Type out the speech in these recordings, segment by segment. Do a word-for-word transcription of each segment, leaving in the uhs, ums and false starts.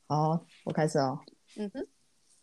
好，我开始哦。 嗯哼，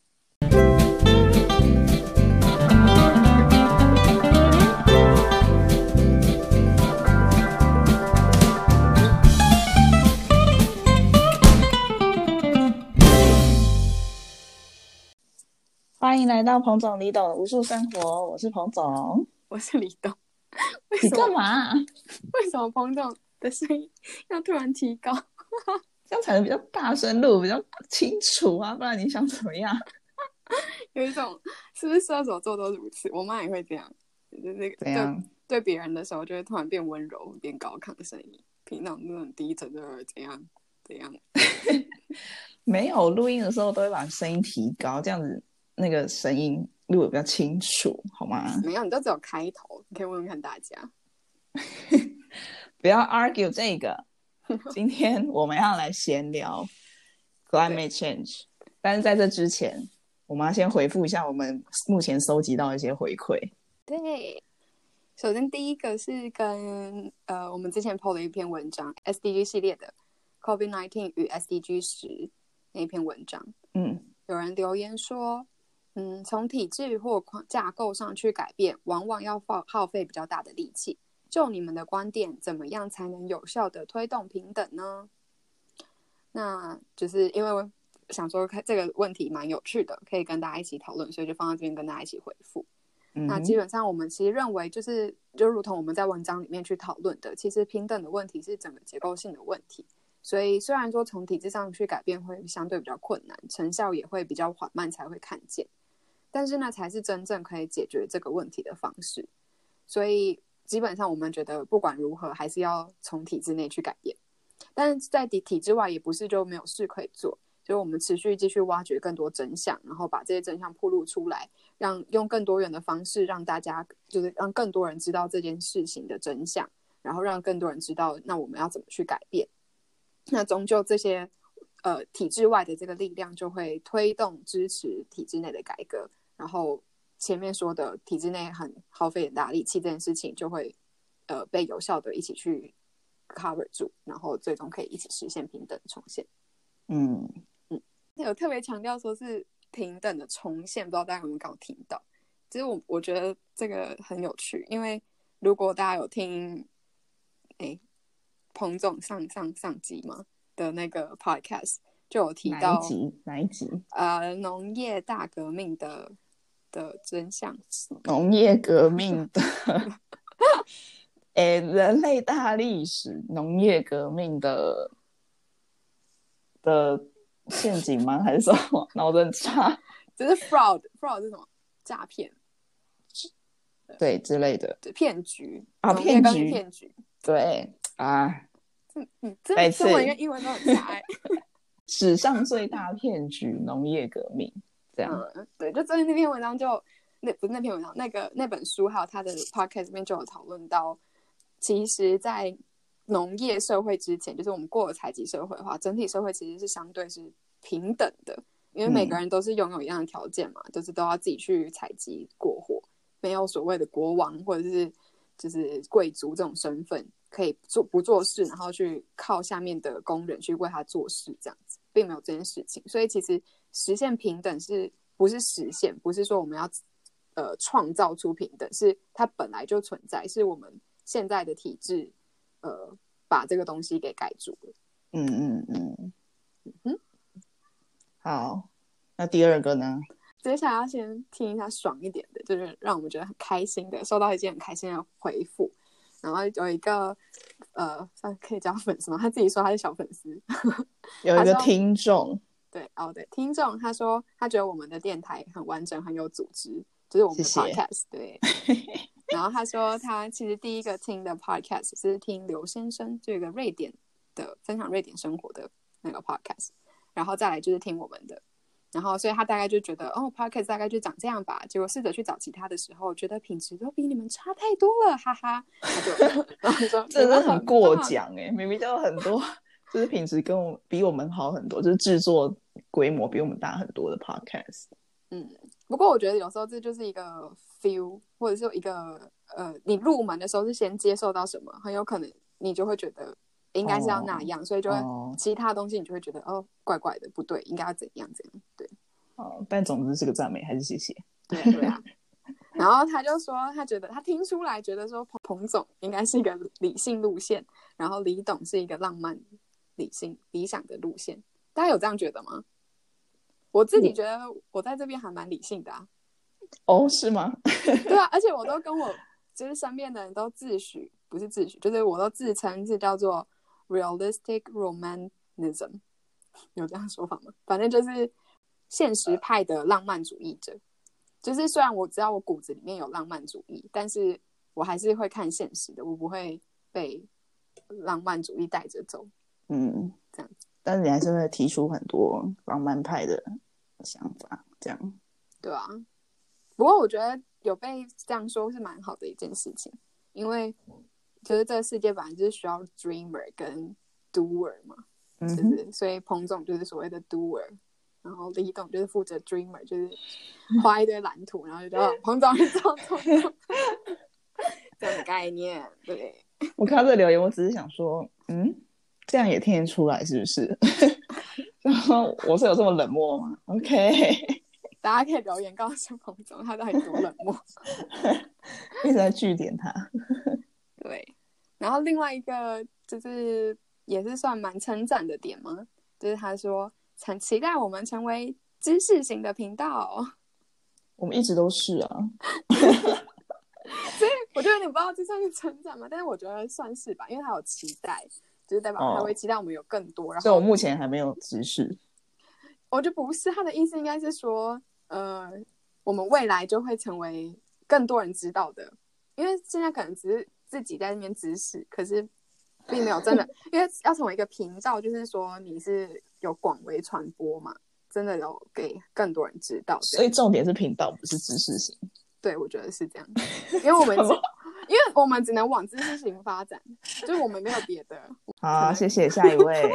欢迎来到彭总李董的无数生活，我是彭总。 我是李董。为你什么？ 干嘛？ 为什么彭总的声音要突然提高？ 这样才能比较大声录，比较清楚啊，不然你想怎么样？ 有一种是不是射手座都如此？我妈也会这样，就是那个对怎样？ 对别人的时候就会突然变温柔、变高亢的声音，平常那种低沉的怎样怎样。 没有，录音的时候都会把声音提高，这样子那个声音录得比较清楚，好吗？ 没有，你都只有开头，你可以问问看大家。 不要 argue 这个。今天我们要来闲聊 climate change， 但是在这之前，我们要先回复一下我们目前收集到的一些回馈。 对，首先第一个是跟呃我们之前 po 了一篇文章 S D G 系列的 COVID 十九 与 S D G 十那一篇文章。 嗯， 有人留言说，嗯，从体制或架构上去改变，往往要耗费比较大的力气。就你们的观点，怎么样才能有效的推动平等呢？那就是因为想说这个问题蛮有趣的，可以跟大家一起讨论，所以就放在这边跟大家一起回复。 嗯、 那基本上我们其实认为，就是就如同我们在文章里面去讨论的，其实平等的问题是整个结构性的问题。所以虽然说从体制上去改变会相对比较困难，成效也会比较缓慢才会看见，但是呢才是真正可以解决这个问题的方式。所以基本上我们觉得不管如何还是要从体制内去改变，但是在体制外也不是就没有事可以做，就是我们持续继续挖掘更多真相，然后把这些真相暴露出来，让用更多元的方式让大家就是让更多人知道这件事情的真相，然后让更多人知道那我们要怎么去改变。那终究这些呃体制外的这个力量就会推动支持体制内的改革，然后前面说的体制内很耗费很大力气这件事情就会呃被有效的一起去 cover 住，然后最终可以一起实现平等重现。 嗯嗯，有特别强调说是平等的重现，不知道大家有没有刚好听到？其实我我觉得这个很有趣，因为如果大家有听哎彭总上上上集嘛的那个 podcast 就有提到哪一集？哪一集？ 呃农业大革命的的真相， 农业革命的诶，人类大历史，农业革命的的陷阱吗？还是什么？脑子很差。 就是 fraud fraud 是什么？诈骗， 对之类的骗局啊， 农业革命骗局， 骗局。 对啊， 嗯，真的中文跟英文都很差哎。 史上最大骗局，农业革命，这样。 嗯，对，就最近那篇文章就那不是那篇文章，那个那本书还有他的 podcast 里面就有讨论到，其实，在农业社会之前，就是我们过了采集社会的话，整体社会其实是相对是平等的，因为每个人都是拥有一样的条件嘛，嗯、就是都要自己去采集过活，没有所谓的国王或者是就是贵族这种身份可以做不做事，然后去靠下面的工人去为他做事，这样子并没有这件事情。所以其实实现平等是不是实现，不是说我们要呃创造出平等，是它本来就存在，是我们现在的体制呃把这个东西给盖住了。 嗯嗯嗯嗯， 好，那第二个呢？ 接下来要先听一下爽一点的，就是让我们觉得很开心的，收到一件很开心的回复。然后有一个呃，可以叫粉丝吗？他自己说他是小粉丝， 有一个听众， 对哦对，听众他说他觉得我们的电台很完整，很有组织，就是我们的 podcast 谢谢对。然后他说他其实第一个听的 podcast 是听刘先生这个瑞典的分享瑞典生活的那个 podcast， 然后再来就是听我们的。然后所以他大概就觉得哦 podcast 大概就长这样吧，结果试着去找其他的时候觉得品质都比你们差太多了，哈哈。他就然后说真的很过奖哎，明明就有很多就是品质跟我比我们好很多，就是制作规模比我们大很多的 podcast。 嗯，不过我觉得有时候这就是一个 feel， 或者是一个呃，你入门的时候是先接受到什么，很有可能你就会觉得应该是要那样，哦、所以就会、 哦、 其他东西你就会觉得哦怪怪的不对，应该要怎样怎样，对。 哦，但总之是个赞美，还是谢谢。 对啊对啊。然后他就说他觉得他听出来觉得说彭彭总应该是一个理性路线，然后李董是一个浪漫理性理想的路线，大家有这样觉得吗？我自己觉得我在这边还蛮理性的啊。 哦，是吗？ 对啊，而且我都跟我就是身边的人都自诩，不是自诩，就是我都自称是叫做 realistic romanticism， 有这样说法吗？反正就是现实派的浪漫主义者。就是虽然我知道我骨子里面有浪漫主义，但是我还是会看现实的，我不会被浪漫主义带着走。 嗯， 这样子。 但是你还是会提出很多浪漫派的想法，这样。 对啊，不过我觉得有被这样说是蛮好的一件事情，因为就是这个世界本来就是需要 dreamer 跟 doer 嘛， 嗯、 就是所以彭总就是所谓的 doer， 然后李董就是负责 dreamer， 就是画一堆蓝图，然后就叫彭总去做做做这样的概念。对， 我看到这个留言，我只是想说，嗯，这样也听得出来是不是？然后我是有这么冷漠吗 ？OK。 大家可以留言告诉彭总他到底多冷漠。 一直在句点他。 对，然后另外一个就是也是算蛮称赞的点嘛，就是他说很期待我们成为知识型的频道。 我们一直都是啊。 所以我就有点不知道这算是称赞吗？但是我觉得算是吧，因为他有期待，就是代表他会期待我们有更多。哦、然后所以我目前还没有知识。 我就不是，他的意思应该是说，呃，我们未来就会成为更多人知道的，因为现在可能只是自己在那边知识，可是并没有真的，因为要成为一个频道，就是说你是有广为传播嘛，真的有给更多人知道。 所以重点是频道，不是知识型。 对，我觉得是这样，因为我们只因为我们只能往知识型发展，就是我们没有别的。 好，谢谢下一位。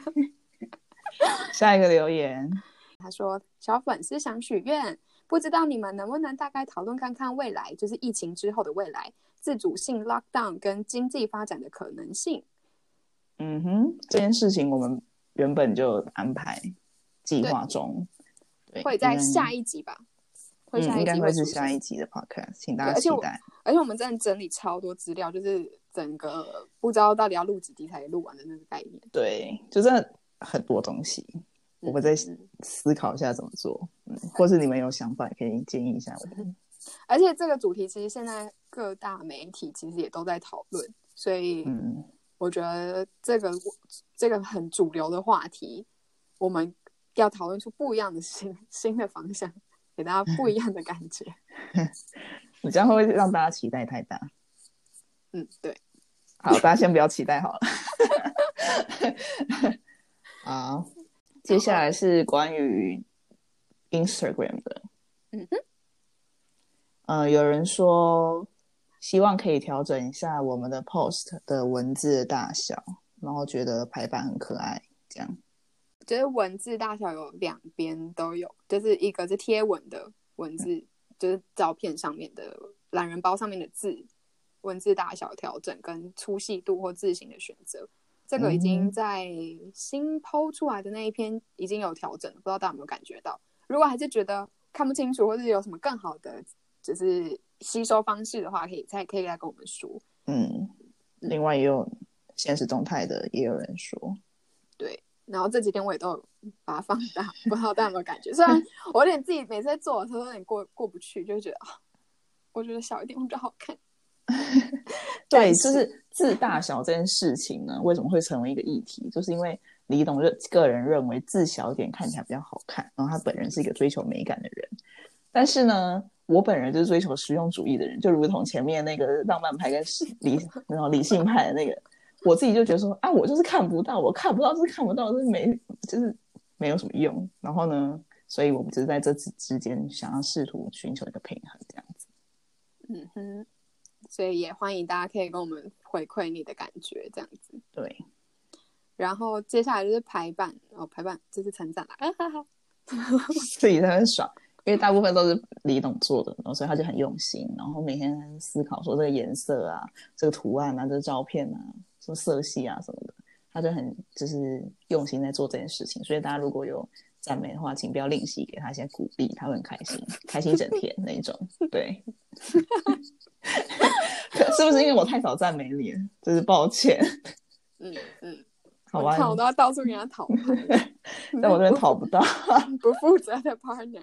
下一个留言， 他说小粉丝想许愿，不知道你们能不能大概讨论看看未来，就是疫情之后的未来，自主性 lockdown 跟经济发展的可能性。 嗯哼，这件事情我们原本就安排计划中，对， 会在下一集吧，会下一集会、嗯、 应该会是下一集的 podcast， 请大家期待。 而且我们真的整理超多资料，就是整个不知道到底要录几集才录完的那个概念。 对，就真的很多东西，我们再思考一下怎么做，嗯，或是你们有想法也可以建议一下我们。 而且这个主题其实现在各大媒体其实也都在讨论，所以我觉得这个这个很主流的话题，我们要讨论出不一样的新新的方向，给大家不一样的感觉。 你这样会不会让大家期待太大？ 嗯，对。 好，大家先不要期待好了。好，接下来是关于 Instagram 的。 嗯哼。 呃，有人说希望可以调整一下我们的 post 的文字的大小，然后觉得排版很可爱，这样。 就是文字大小有两边都有，就是一个是贴文的文字，就是照片上面的懒人包上面的字，文字大小调整跟粗细度或字形的选择，这个已经在新 po 出来的那一篇已经有调整了，不知道大家有没有感觉到？如果还是觉得看不清楚，或是有什么更好的就是吸收方式的话，可以再可以来跟我们说。 嗯，另外也有现实动态的，也有人说， 对。然后这几天我也都有把它放大，不知道大家有没有感觉？虽然我有点自己每次在做的时候有点过过不去，就会觉得啊，我觉得小一点会比较好看。 对，就是字大小这件事情呢，为什么会成为一个议题？就是因为李董个人认为字小一点看起来比较好看，然后他本人是一个追求美感的人。但是呢，我本人就是追求实用主义的人，就如同前面那个浪漫派跟理然后理性派的那个。我自己就觉得说啊，我就是看不到，我看不到就是看不到，就是没就是没有什么用。然后呢，所以我们就是在这之间想要试图寻求一个平衡，这样子。 嗯哼，所以也欢迎大家可以跟我们回馈你的感觉，这样子。 对。 然后接下来就是排版哦，排版这是称赞啦，啊哈哈， 自己在那爽。 因为大部分都是李董做的，然后所以他就很用心，然后每天思考说这个颜色啊，这个图案啊，这个照片啊，什么色系啊什么的，他就很就是用心在做这件事情。所以大家如果有赞美的话，请不要吝惜给他一些鼓励，他会很开心，开心一整天那一种。对，是不是因为我太少赞美你了？就是抱歉。 嗯嗯， 好吧， 我看我都要到处跟他讨拍， 在我这边讨不到， 不负责的 partner。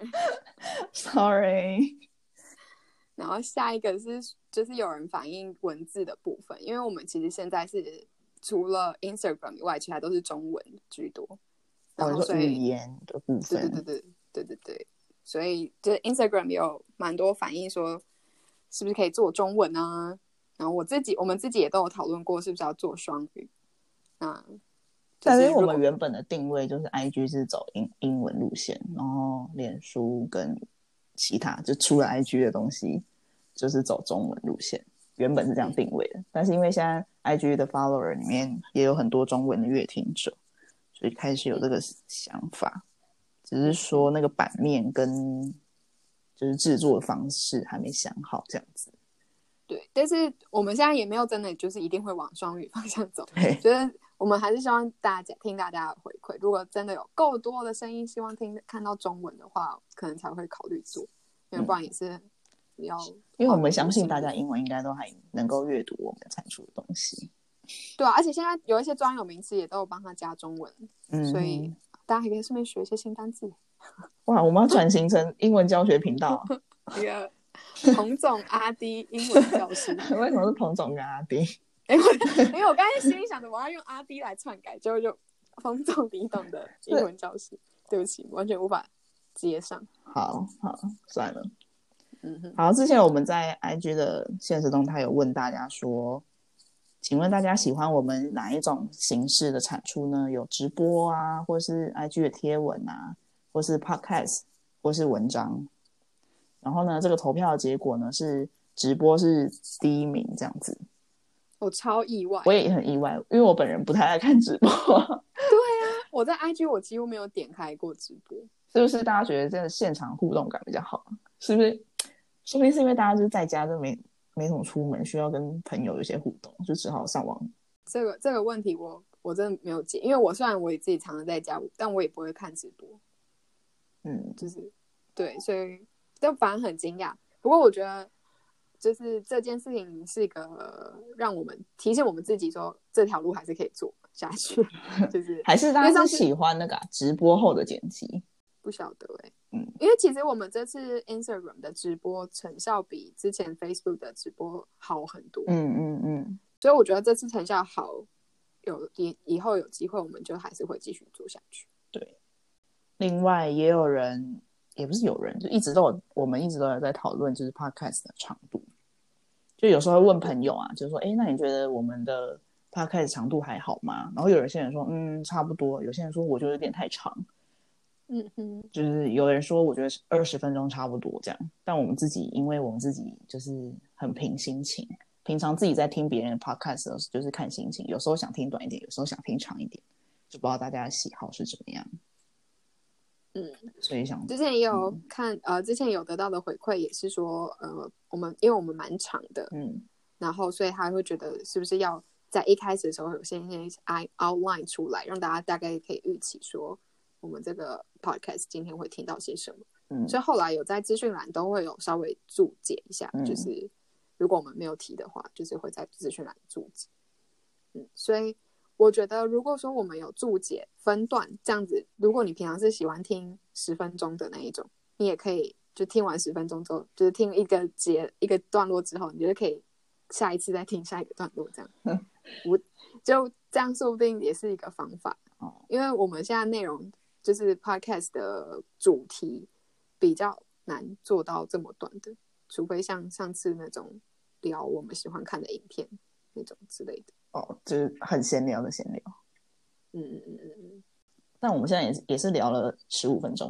Sorry。 然后下一个是就是有人反映文字的部分，因为我们其实现在是除了 Instagram 以外，其他都是中文居多。然后所以、 哦、语言的部分， 对对对对对对对，所以就是 Instagram 也有蛮多反映说，是不是可以做中文啊？然后我自己我们自己也都有讨论过，是不是要做双语？那、就是、 但是我们原本的定位就是 I G 是走 英, 英文路线，然后脸书跟其他就除了 I G 的东西就是走中文路线，原本是这样定位的。但是因为现在 I G 的 follower 里面也有很多中文的乐听者，所以开始有这个想法，只是说那个版面跟就是制作的方式还没想好这样子。 对，但是我们现在也没有真的就是一定会往双语方向走，觉得我们还是希望大家听大家的回馈，如果真的有够多的声音希望听看到中文的话，可能才会考虑做，因为不然也是要、嗯、 因为我们相信大家英文应该都还能够阅读我们产出的东西。 对啊，而且现在有一些专有名词也都有帮他加中文、嗯、所以大家还可以顺便学一些新单字。 哇，我们要转型成英文教学频道一个彭总阿滴英文教师为什么是彭总跟阿滴？ 因为因为我刚才心里想着我要用阿滴来篡改，结果就彭总李董的英文教师，对不起，完全无法接上。 好好算了。 嗯哼， 好，之前我们在 I G 的限时动态有问大家说，请问大家喜欢我们哪一种形式的产出呢？有直播啊，或是 I G 的贴文啊，或是 podcast， 或是文章。然后呢，这个投票的结果呢是直播是第一名这样子。 我超意外， 我也很意外，因为我本人不太爱看直播。对啊，我在 I G 我几乎没有点开过直播， 是不是大家觉得真的现场互动感比较好？是不是？说不定是因为大家就是在家就没没什么出门，需要跟朋友有些互动，就只好上网。 这个这个问题我我真的没有解，因为我虽然我也自己常常在家，但我也不会看直播。嗯，就是对，所以就反而很惊讶。不过我觉得，就是这件事情是一个让我们提醒我们自己说，这条路还是可以做下去。就是还是大家是喜欢那个、啊、直播后的剪辑？ 不晓得哎、欸， 嗯， 因为其实我们这次 Instagram 的直播成效比之前 Facebook 的直播好很多。 嗯嗯嗯， 所以我觉得这次成效好，有以以后有机会我们就还是会继续做下去。 对，另外也有人。也不是有人，就一直都有，我们一直都有在讨论，就是 podcast 的长度。就有时候会问朋友啊，就说，哎，那你觉得我们的 podcast 长度还好吗？然后有些人说，嗯，差不多。有些人说，我觉得有点太长。 嗯哼， 就是有人说，我觉得二十分钟差不多这样。但我们自己，因为我们自己就是很凭心情，平常自己在听别人的 podcast 的时候，就是看心情，有时候想听短一点，有时候想听长一点，就不知道大家的喜好是怎么样。 嗯， 所以想之前也有看、嗯、呃，之前有得到的回馈也是说，呃，我们因为我们蛮长的， 嗯， 然后所以他会觉得是不是要在一开始的时候有些 outline 出来，让大家大概可以预期说我们这个 podcast 今天会听到些什么。嗯，所以后来有在资讯栏都会有稍微注解一下，嗯、就是如果我们没有提的话，就是会在资讯栏注解。嗯，所以。我觉得如果说我们有注解分段这样子，如果你平常是喜欢听十分钟的那一种，你也可以就听完十分钟之后，就是听一个节一个段落之后，你就可以下一次再听下一个段落这样。嗯，我就这样说不定也是一个方法。因为我们现在内容就是 podcast 的主题比较难做到这么短的，除非像上次那种聊我们喜欢看的影片那种之类的。 哦，就是很闲聊的闲聊。 嗯嗯嗯嗯。 但我们现在也是也是聊了十五分钟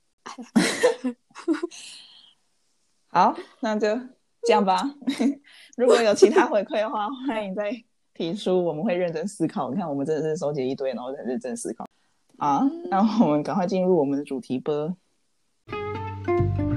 好，那就这样吧。如果有其他回馈的话，欢迎再提出，我们会认真思考。你看，我们真的是收集一堆，然后很认真思考。好，那我们赶快进入我们的主题吧。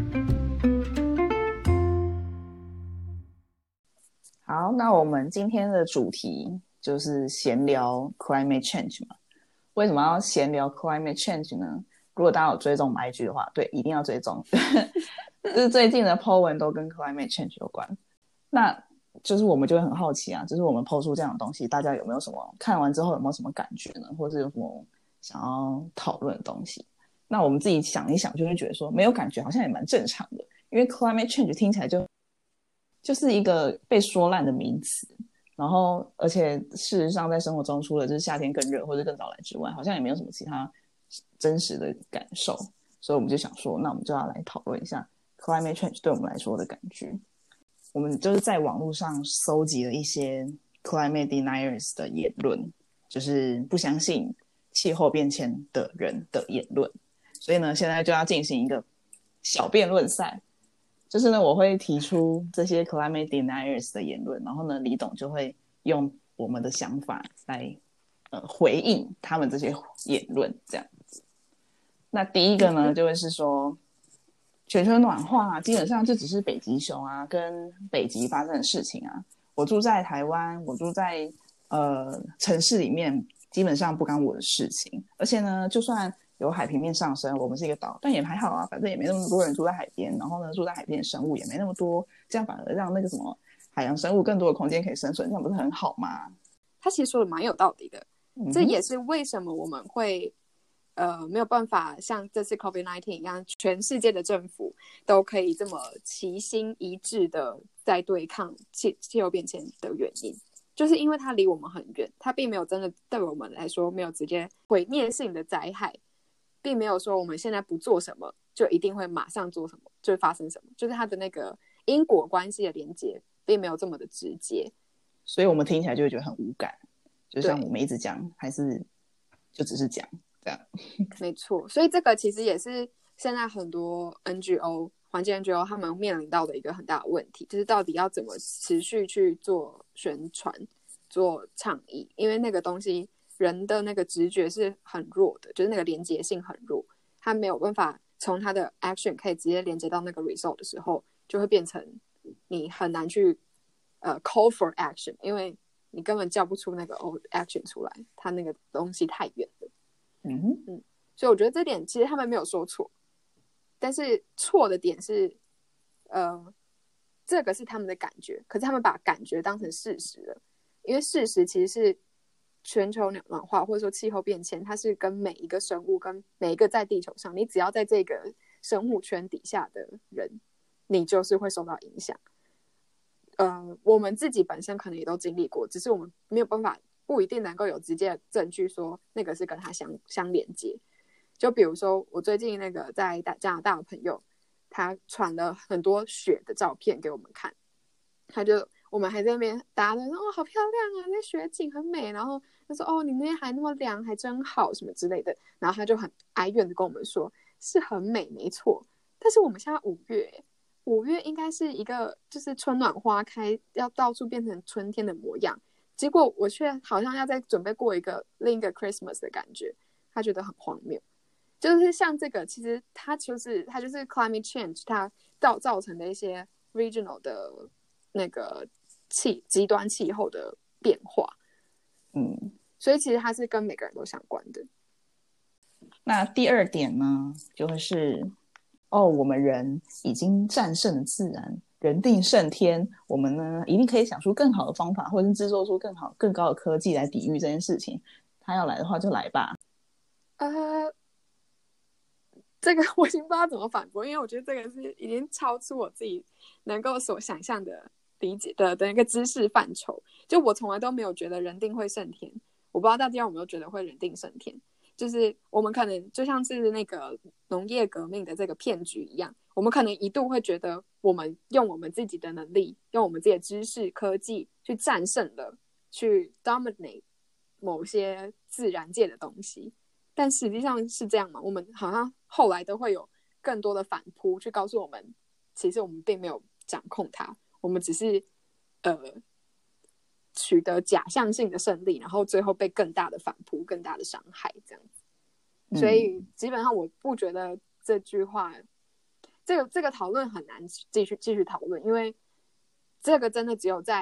好，那我们今天的主题就是闲聊 climate change 嘛。为什么要闲聊 climate change 呢？如果大家有追踪我们 I G 的话，对，一定要追踪。就是最近的 po 文都跟 climate change 有关。那就是我们就会很好奇啊，就是我们 po 出这样的东西，大家有没有什么看完之后有没有什么感觉呢？或者有什么想要讨论的东西？那我们自己想一想，就会觉得说没有感觉好像也蛮正常的，因为 climate change 听起来就就是一个被说烂的名词，然后而且事实上在生活中除了就是夏天更热或者更早来之外，好像也没有什么其他真实的感受，所以我们就想说，那我们就要来讨论一下 climate change 对我们来说的感觉。我们就是在网络上搜集了一些 climate deniers 的言论，就是不相信气候变迁的人的言论。所以呢，现在就要进行一个小辩论赛，就是呢，我会提出这些 climate deniers 的言论，然后呢，李董就会用我们的想法来呃回应他们这些言论，这样子。那第一个呢，就会是说，全球暖化啊，基本上就只是北极熊啊跟北极发生的事情啊。我住在台湾，我住在呃城市里面，基本上不干我的事情。而且呢，就算有海平面上升，我们是一个岛，但也还好啊，反正也没那么多人住在海边，然后呢，住在海边的生物也没那么多，这样反而让那个什么海洋生物更多的空间可以生存，这样不是很好吗？ 他其实说的蛮有道理的， 嗯、 这也是为什么我们会呃没有办法像这次 COVID 十九 一样，全世界的政府都可以这么齐心一致的在对抗气气候变迁的原因。就是因为它离我们很远，它并没有真的对我们来说没有直接毁灭性的灾害，并没有说我们现在不做什么就一定会马上做什么，就会发生什么，就是它的那个因果关系的连接并没有这么的直接， 所以我们听起来就会觉得很无感，就像我们一直讲，还是就只是讲这样。 没错，所以这个其实也是现在很多 N G O 环境 N G O 他们面临到的一个很大的问题，就是到底要怎么持续去做宣传做倡议，因为那个东西人的那个直觉是很弱的，就是那个连结性很弱，他没有办法从他的 action 可以直接连接到那个 result 的时候，就会变成你很难去呃 call for action， 因为你根本叫不出那个 action 出来，他那个东西太远了。 嗯嗯，所以我觉得这点其实他们没有说错，但是错的点是，呃，这个是他们的感觉，可是他们把感觉当成事实了，因为事实其实是全球暖化或者说气候变迁，它是跟每一个生物跟每一个在地球上，你只要在这个生物圈底下的人，你就是会受到影响。呃，我们自己本身可能也都经历过，只是我们没有办法。不一定能够有直接的证据说那个是跟它相相连接。就比如说我最近那个在加拿大的朋友，他传了很多雪的照片给我们看，他就我们还在那边大家都说哦好漂亮啊，那雪景很美，然后他说哦你那边还那么凉，还真好什么之类的，然后他就很哀怨的跟我们说是很美没错，但是我们现在五月五月应该是一个就是春暖花开，要到处变成春天的模样。结果我却好像要再准备过一个另一个 Christmas 的感觉，他觉得很荒谬。就是像这个，其实它就是它就是 climate change 它造造成的一些 regional 的那个气极端气候的变化， 嗯， 所以其实它是跟每个人都相关的。 那第二点呢，就会是哦，我们人已经战胜了自然。人定胜天，我们呢一定可以想出更好的方法，或者是制作出更好、更高的科技来抵御这件事情。他要来的话就来吧。 呃，这个我已经不知道怎么反驳，因为我觉得这个是已经超出我自己能够所想象的理解的的一个知识范畴。就我从来都没有觉得人定会胜天，我不知道大家有没有觉得会人定胜天。就是我们可能就像是那个农业革命的这个骗局一样，我们可能一度会觉得我们用我们自己的能力，用我们自己的知识科技去战胜了，去 dominate 某些自然界的东西，但实际上是这样吗？我们好像后来都会有更多的反扑去告诉我们，其实我们并没有掌控它，我们只是呃取得假象性的胜利，然后最后被更大的反扑、更大的伤害这样子。所以基本上我不觉得这句话，这个这个讨论很难继续继续讨论，因为这个真的只有在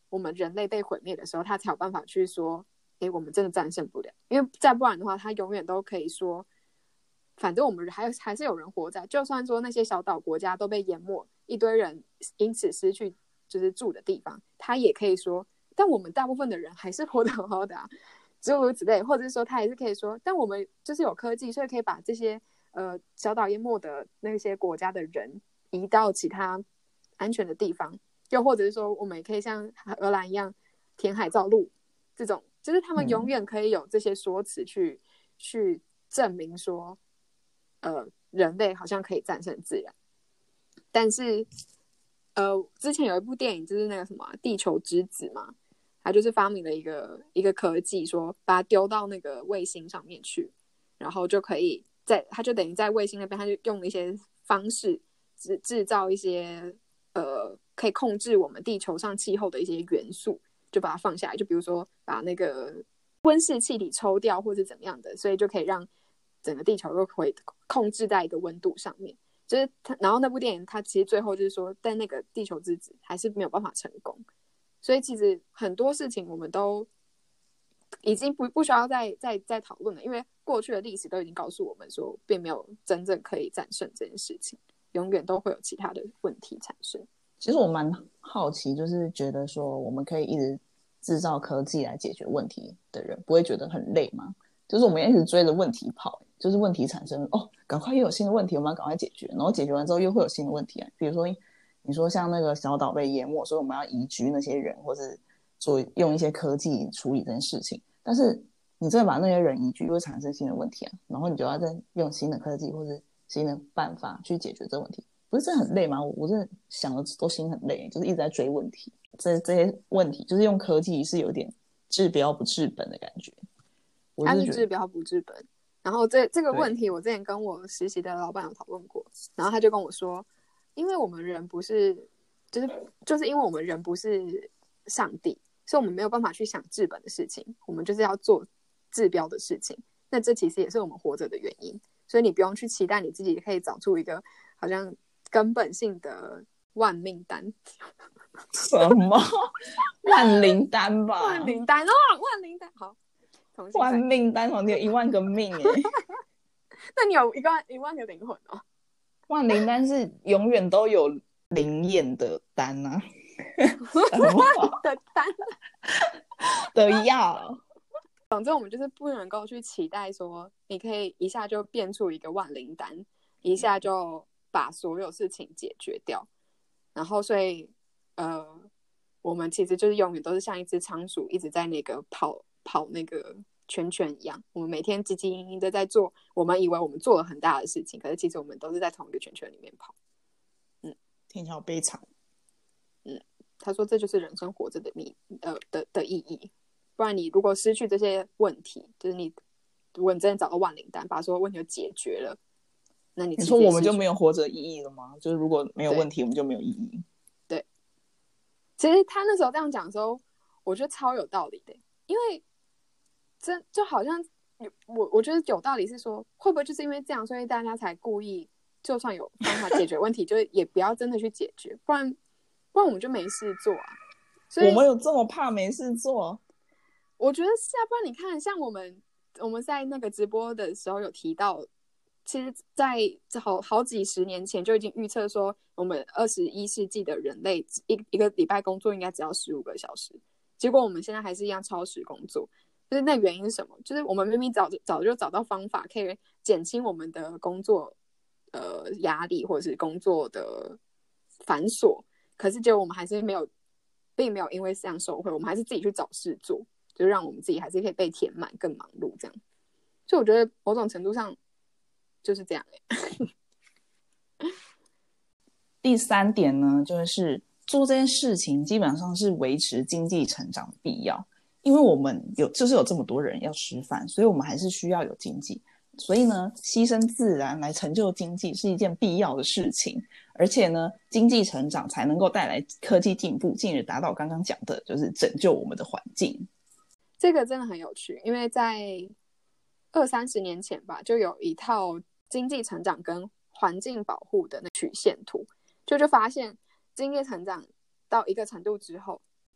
我们人类被毁灭的时候，他才有办法去说，诶，我们真的战胜不了。因为再不然的话，他永远都可以说，反正我们还还是有人活在，就算说那些小岛国家都被淹没，一堆人因此失去就是住的地方，他也可以说，但我们大部分的人还是活得好好的啊，诸如此类。或者是说，他也是可以说，但我们就是有科技，所以可以把这些呃小岛淹没的那些国家的人移到其他安全的地方。又或者是说，我们也可以像荷兰一样填海造陆，这种就是他们永远可以有这些说辞去、嗯、去证明说，呃，人类好像可以战胜自然。但是，呃，之前有一部电影就是那个什么、啊《地球之子》嘛，他就是发明了一个一个科技，说把它丢到那个卫星上面去，然后就可以在，他就等于在卫星那边，他就用一些方式制制造一些呃。可以控制我们地球上气候的一些元素，就把它放下来，就比如说把那个温室气体抽掉或是怎么样的，所以就可以让整个地球都可以控制在一个温度上面。就是他，然后那部电影它其实最后就是说，但那个地球之子还是没有办法成功。所以其实很多事情我们都已经不不需要再再再讨论了，因为过去的历史都已经告诉我们说，并没有真正可以战胜这件事情，永远都会有其他的问题产生。 其实我蛮好奇，就是觉得说我们可以一直制造科技来解决问题的人，不会觉得很累吗？就是我们一直追着问题跑，就是问题产生哦，赶快又有新的问题，我们要赶快解决，然后解决完之后又会有新的问题啊。比如说你说像那个小岛被淹没，所以我们要移居那些人，或是做用一些科技处理这件事情，但是你真的把那些人移居，又会产生新的问题啊，然后你就要再用新的科技或是新的办法去解决这个问题。不是真的很累吗？我我真的想的都心很累，就是一直在追问题。这这些问题就是用科技是有点治标不治本的感觉。我它是是治标不治本。然后这这个问题，我之前跟我实习的老板有讨论过，然后他就跟我说，因为我们人不是，就是就是因为我们人不是上帝，所以我们没有办法去想治本的事情，我们就是要做治标的事情。那这其实也是我们活着的原因，所以你不用去期待你自己可以找出一个好像根本性的万命丹。 什么万灵丹吧？ 万灵丹哦，万灵丹好， 万命丹哦，你有一万个命哎！ 那你有一万一万个灵魂哦。 万灵丹是永远都有灵验的丹啊， 的丹的药。 总之，我们就是不能够去期待说，你可以一下就变出一个万灵丹，一下就把所有事情解决掉。然后，所以，呃，我们其实就是永远都是像一只仓鼠，一直在那个跑跑那个圈圈一样。我们每天汲汲营营的在做，我们以为我们做了很大的事情，可是其实我们都是在同一个圈圈里面跑。 嗯，听起来好悲惨。 嗯，他说这就是人生活着的意呃的的意义。不然你如果失去这些问题，就是你如果你真的找到万灵丹，把所有问题都解决了，那你你说我们就没有活着意义了吗？就是如果没有问题，我们就没有意义。 对，其实他那时候这样讲的时候，我觉得超有道理的，因为真就好像我我觉得有道理是说，会不会就是因为这样，所以大家才故意，就算有方法解决问题，就也不要真的去解决，不然不然我们就没事做啊。所以我们有这么怕没事做？ 我觉得是啊，不然你看，像我们我们在那个直播的时候有提到，其实在好好几十年前就已经预测说，我们二十一世纪的人类一一个礼拜工作应该只要十五个小时，结果我们现在还是一样超时工作。就是那原因是什么？就是我们明明早早就找到方法可以减轻我们的工作呃压力或者是工作的繁琐，可是结果我们还是没有，并没有因为这样受惠，我们还是自己去找事做。就让我们自己还是可以被填满，更忙碌这样。所以我觉得某种程度上就是这样、欸、 第三点呢，就是做这件事情基本上是维持经济成长的必要，因为我们有就是有这么多人要吃饭，所以我们还是需要有经济。所以呢，牺牲自然来成就经济是一件必要的事情，而且呢，经济成长才能够带来科技进步，进而达到刚刚讲的，就是拯救我们的环境。 这个真的很有趣，因为在二三十年前吧，就有一套经济成长跟环境保护的那曲线图，就就发现经济成长到一个程度之后，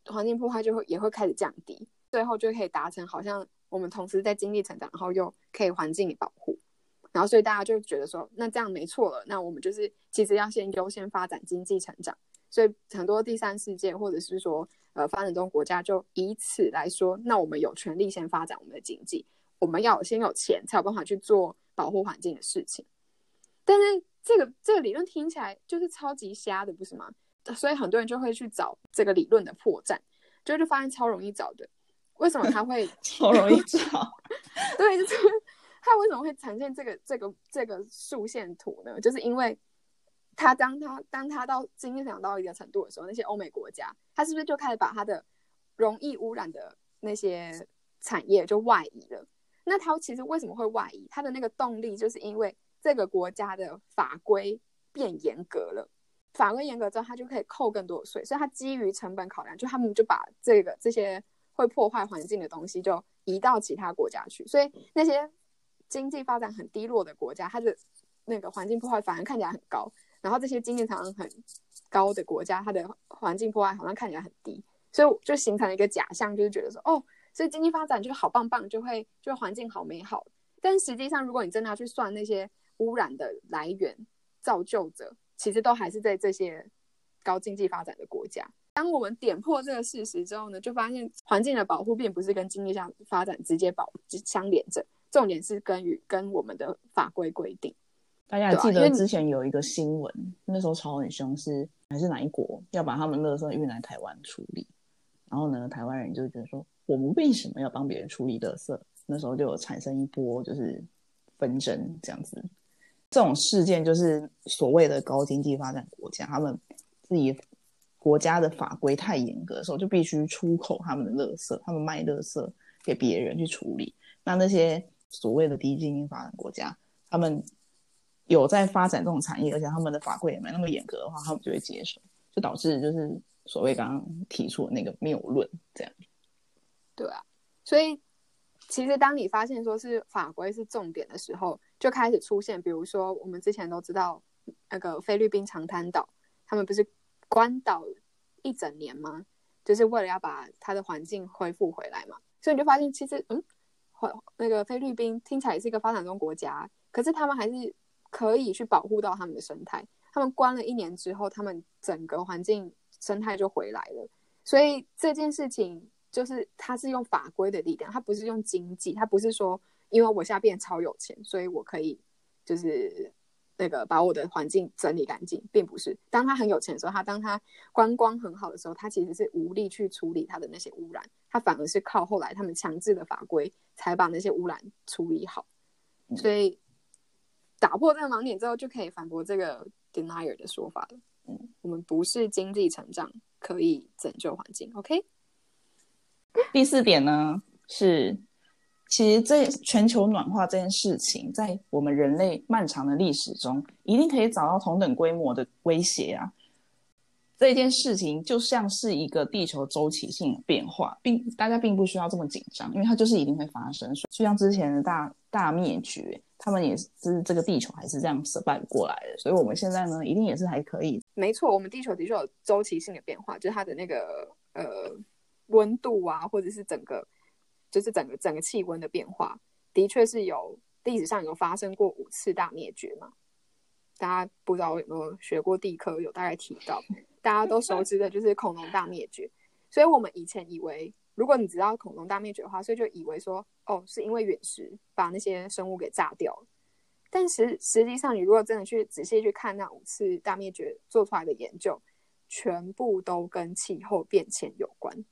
环境破坏就会也会开始降低，最后就可以达成好像我们同时在经济成长，然后又可以环境保护，然后所以大家就觉得说那这样没错了，那我们就是其实要先优先发展经济成长，所以很多第三世界或者是说呃发展中国家就以此来说，那我们有权利先发展我们的经济，我们要先有钱才有办法去做保护环境的事情。但是这个这个理论听起来就是超级瞎的，不是吗？所以很多人就会去找这个理论的破绽，就就发现超容易找的。为什么他会超容易找？ 对，就是他为什么会呈现这个这个这个竖线图呢？就是因为他当他当他到经济成长到一个程度的时候，那些欧美国家，他是不是就开始把他的容易污染的那些产业就外移了？那他其实为什么会外移？他的那个动力就是因为这个国家的法规变严格了。法规严格之后，他就可以扣更多的税，所以他基于成本考量，就他们就把这个这些会破坏环境的东西就移到其他国家去，所以那些经济发展很低落的国家，它的那个环境破坏反而看起来很高，然后这些经济常常很高的国家，它的环境破坏好像看起来很低，所以就形成了一个假象，就是觉得说哦，所以经济发展就好棒棒，就会就环境好美好，但实际上如果你真的要去算那些污染的来源、造就者，其实都还是在这些高经济发展的国家。当我们点破这个事实之后呢，就发现环境的保护并不是跟经济上发展直接保相连着，重点是跟与跟我们的法规规定。 大家还记得之前有一个新闻，那时候吵很凶，是还是哪一国要把他们垃圾运来台湾处理，然后呢，台湾人就觉得说我们为什么要帮别人处理垃圾？那时候就有产生一波就是纷争这样子。这种事件就是所谓的高经济发展国家，他们自己国家的法规太严格的时候，就必须出口他们的垃圾，他们卖垃圾给别人去处理。那那些所谓的低经济发展国家，他们有在发展这种产业，而且他们的法规也没那么严格的话，他们就会接受，就导致就是所谓刚刚提出的那个谬论这样。 对啊，所以其实当你发现说是法规是重点的时候，就开始出现，比如说我们之前都知道那个菲律宾长滩岛，他们不是关岛一整年吗？就是为了要把它的环境恢复回来嘛。所以你就发现其实嗯，那个菲律宾听起来是一个发展中国家，可是他们还是可以去保护到他们的生态。他们关了一年之后，他们整个环境生态就回来了。所以这件事情就是它是用法规的力量，它不是用经济，它不是说因为我现在变超有钱，所以我可以就是那个把我的环境整理干净，并不是。当他很有钱的时候，他当他观光很好的时候，他其实是无力去处理他的那些污染，他反而是靠后来他们强制的法规才把那些污染处理好。所以打破这个盲点之后，就可以反驳这个 denier 的说法了。嗯，我们不是经济成长可以拯救环境 ，OK？ 第四点呢是，其实这全球暖化这件事情，在我们人类漫长的历史中，一定可以找到同等规模的威胁啊。这件事情就像是一个地球周期性的变化，并大家并不需要这么紧张，因为它就是一定会发生。就像之前的大大灭绝，他们也是这个地球还是这样 survive 过来的，所以我们现在呢，一定也是还可以。 没错，我们地球的确有周期性的变化，就是它的那个呃温度啊，或者是整个就是整个整个气温的变化，的确是有历史上有发生过五次大灭绝嘛。大家不知道有没有学过地科，有大概提到，大家都熟知的就是恐龙大灭绝。所以我们以前以为，如果你知道恐龙大灭绝的话，所以就以为说，哦，是因为陨石把那些生物给炸掉了。但实实际上，你如果真的去仔细去看那五次大灭绝做出来的研究，全部都跟气候变迁有关。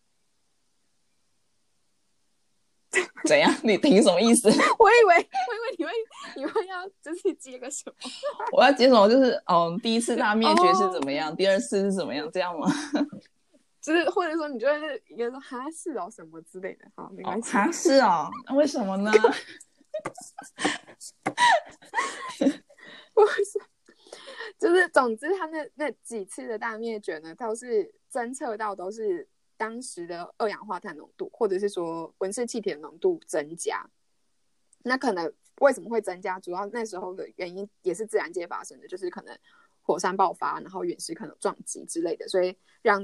怎样？你听什么意思？ 我以为，我以为你会，你会要就是接个什么？ 我要接什么？就是哦，第一次大灭绝是怎么样？ oh. 第二次是怎么样？这样吗？ 就是或者说你就会一个说哈是哦什么之类的，好，没关系。 哈、哦、是哦，那为什么呢？ 不是，就是总之他那那几次的大灭绝呢，都是侦测到都是当时的二氧化碳浓度，或者是说温室气体的浓度增加。那可能为什么会增加？主要那时候的原因也是自然界发生的，就是可能火山爆发，然后陨石可能撞击之类的，所以让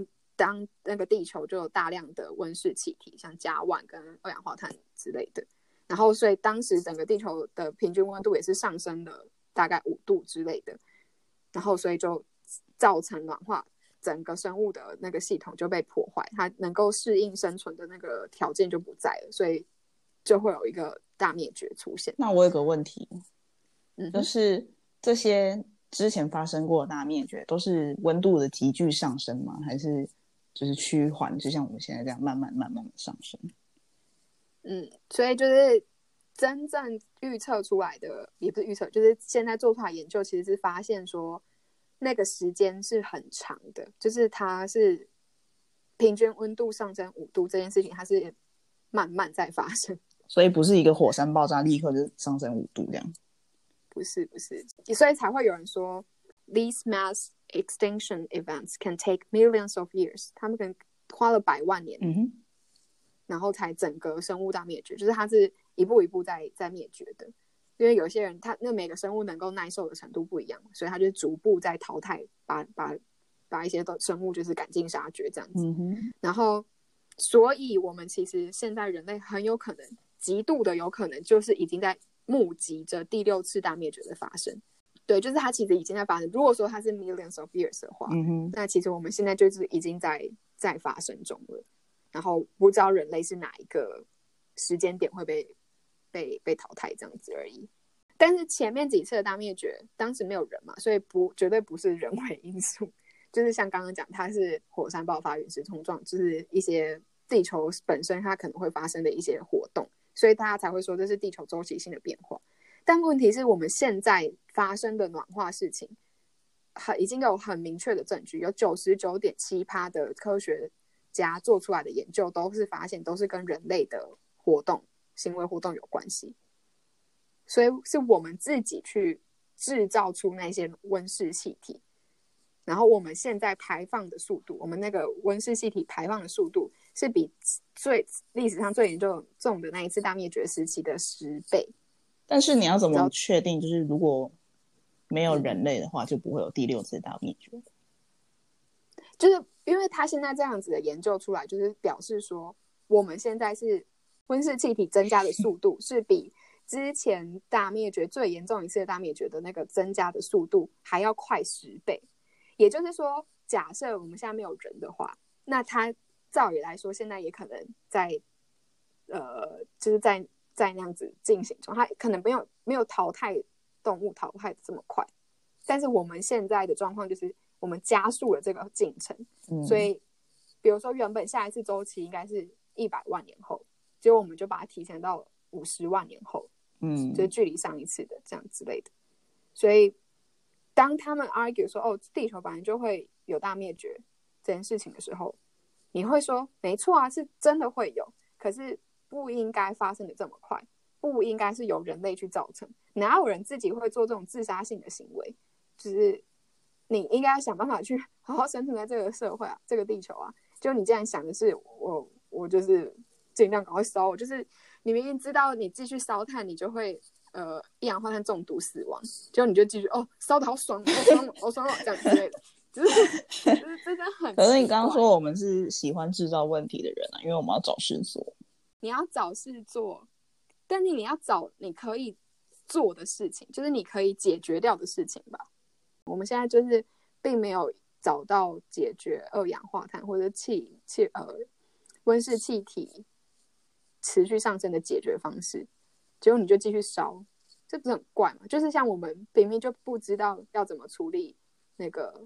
当那个地球就有大量的温室气体，像甲烷跟二氧化碳之类的，然后所以当时整个地球的平均温度也是上升了大概五度之类的，然后所以就造成暖化，整个生物的那个系统就被破坏，它能够适应生存的那个条件就不在了，所以就会有一个大灭绝出现。 那我有个问题， 嗯， 就是这些之前发生过的大灭绝都是温度的急剧上升吗？还是就是趋缓，就像我们现在这样慢慢慢慢的上升？ 嗯，所以就是真正预测出来的，也不是预测，就是现在做出来研究，其实是发现说那个时间是很长的，就是它是平均温度上升五度这件事情，它是慢慢在发生， 所以不是一个火山爆炸立刻就上升五度这样？ 不是不是，所以才会有人说 these mass extinction events can take millions of years， 他们可能花了百万年， 嗯哼， 然后才整个生物大灭绝，就是它是一步一步在在灭绝的。因为有些人他那每个生物能够耐受的程度不一样，所以他就逐步在淘汰，把把把一些生物就是赶尽杀绝这样子。 嗯哼， 然后，所以我们其实现在人类很有可能，极度的有可能就是已经在目击着第六次大灭绝的发生。对，就是它其实已经在发生。如果说它是 millions of years 的话， 嗯哼， 那其实我们现在就是已经在在发生中了。然后不知道人类是哪一个时间点会被被被淘汰这样子而已。但是前面几次的大灭绝，当时没有人嘛，所以不绝对不是人为因素。就是像刚刚讲，它是火山爆发、陨石冲撞，就是一些地球本身它可能会发生的一些活动，所以大家才会说这是地球周期性的变化。但问题是我们现在发生的暖化事情，已经有很明确的证据，有 百分之九十九点七 的科学家做出来的研究都是发现都是跟人类的活动、行为活动有关系。所以是我们自己去制造出那些温室气体，然后我们现在排放的速度，我们那个温室气体排放的速度是比最历史上最严重的那一次大灭绝时期的十倍。 但是你要怎么确定，就是如果没有人类的话，就不会有第六次大灭绝？ 就是因为他现在这样子的研究出来，就是表示说我们现在是温室气体增加的速度是比之前大灭绝最严重一次的大灭绝的那个增加的速度还要快十倍。也就是说，假设我们现在没有人的话，那它照理来说现在也可能在呃，就是在在那样子进行中，它可能没有没有淘汰动物淘汰的这么快，但是我们现在的状况就是我们加速了这个进程，嗯、所以比如说原本下一次周期应该是一百万年后，结果我们就把它提前到五十万年后，嗯，就是距离上一次的这样之类的。所以当他们 argue 说哦，地球本来就会有大灭绝这件事情的时候，你会说没错啊，是真的会有，可是不应该发生的这么快，不应该是由人类去造成，哪有人自己会做这种自杀性的行为？就是你应该要想办法去好好生存在这个社会啊，这个地球啊。就你既然想的是我我就是尽量赶快烧，我就是你明明知道你继续烧炭，你就会呃一氧化碳中毒死亡，结果你就继续哦烧的好爽，好爽了，好爽了这样之类的，就是就是真的很。 可是你刚刚说我们是喜欢制造问题的人啊，因为我们要找事做。 你要找事做，但是你要找你可以做的事情，就是你可以解决掉的事情吧。我们现在就是并没有找到解决二氧化碳或者气气呃温室气体持续上升的解决方式，结果你就继续烧，这不是很怪吗？就是像我们明明就不知道要怎么处理那个，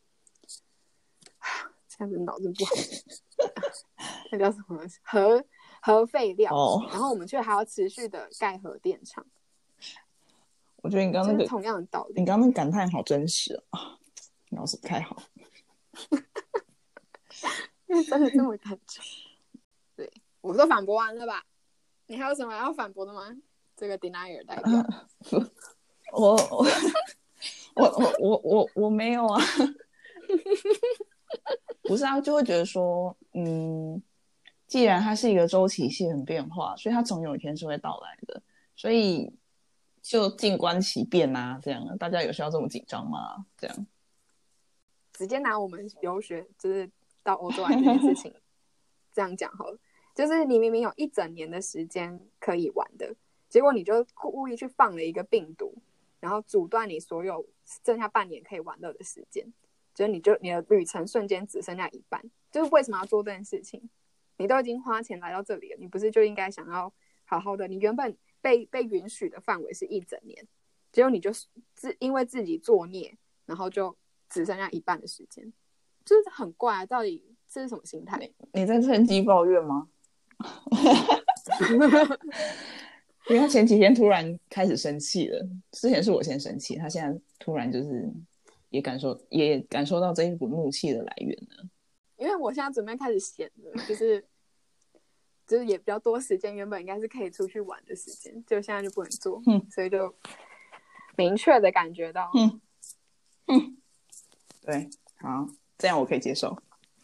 现在脑子不好，那叫什么核核废料， oh. 然后我们却还要持续的盖核电厂。 我觉得你刚刚那个、 就是、同样的道理， 你刚刚那个感叹好真实啊，脑子不太好。 因为真的这么感觉。对，我都反驳完了吧？你还有什么要反驳的吗？这个 denier 代表， 呃、我我我我我我没有啊。不是啊，就会觉得说，嗯，既然它是一个周期性的变化，所以它总有一天是会到来的，所以就静观其变啊，这样大家有需要这么紧张吗？这样直接拿我们留学就是到欧洲来这件事情这样讲好了，就是你明明有一整年的时间可以玩的，结果你就故意去放了一个病毒，然后阻断你所有剩下半年可以玩乐的时间，就是你就你的旅程瞬间只剩下一半。就是为什么要做这件事情？你都已经花钱来到这里了，你不是就应该想要好好的？你原本被被允许的范围是一整年，结果你就自因为自己作孽，然后就只剩下一半的时间，就是很怪啊！到底这是什么心态？ 你, 你在趁机抱怨吗？因为他前几天突然开始生气了，之前是我先生气，他现在突然就是也感受也感受到这一股怒气的来源了。 因为我现在准备开始闲了，就是就是也比较多时间，原本应该是可以出去玩的时间，就现在就不能做，嗯、所以就明确的感觉到， 嗯嗯，对，好，这样我可以接受。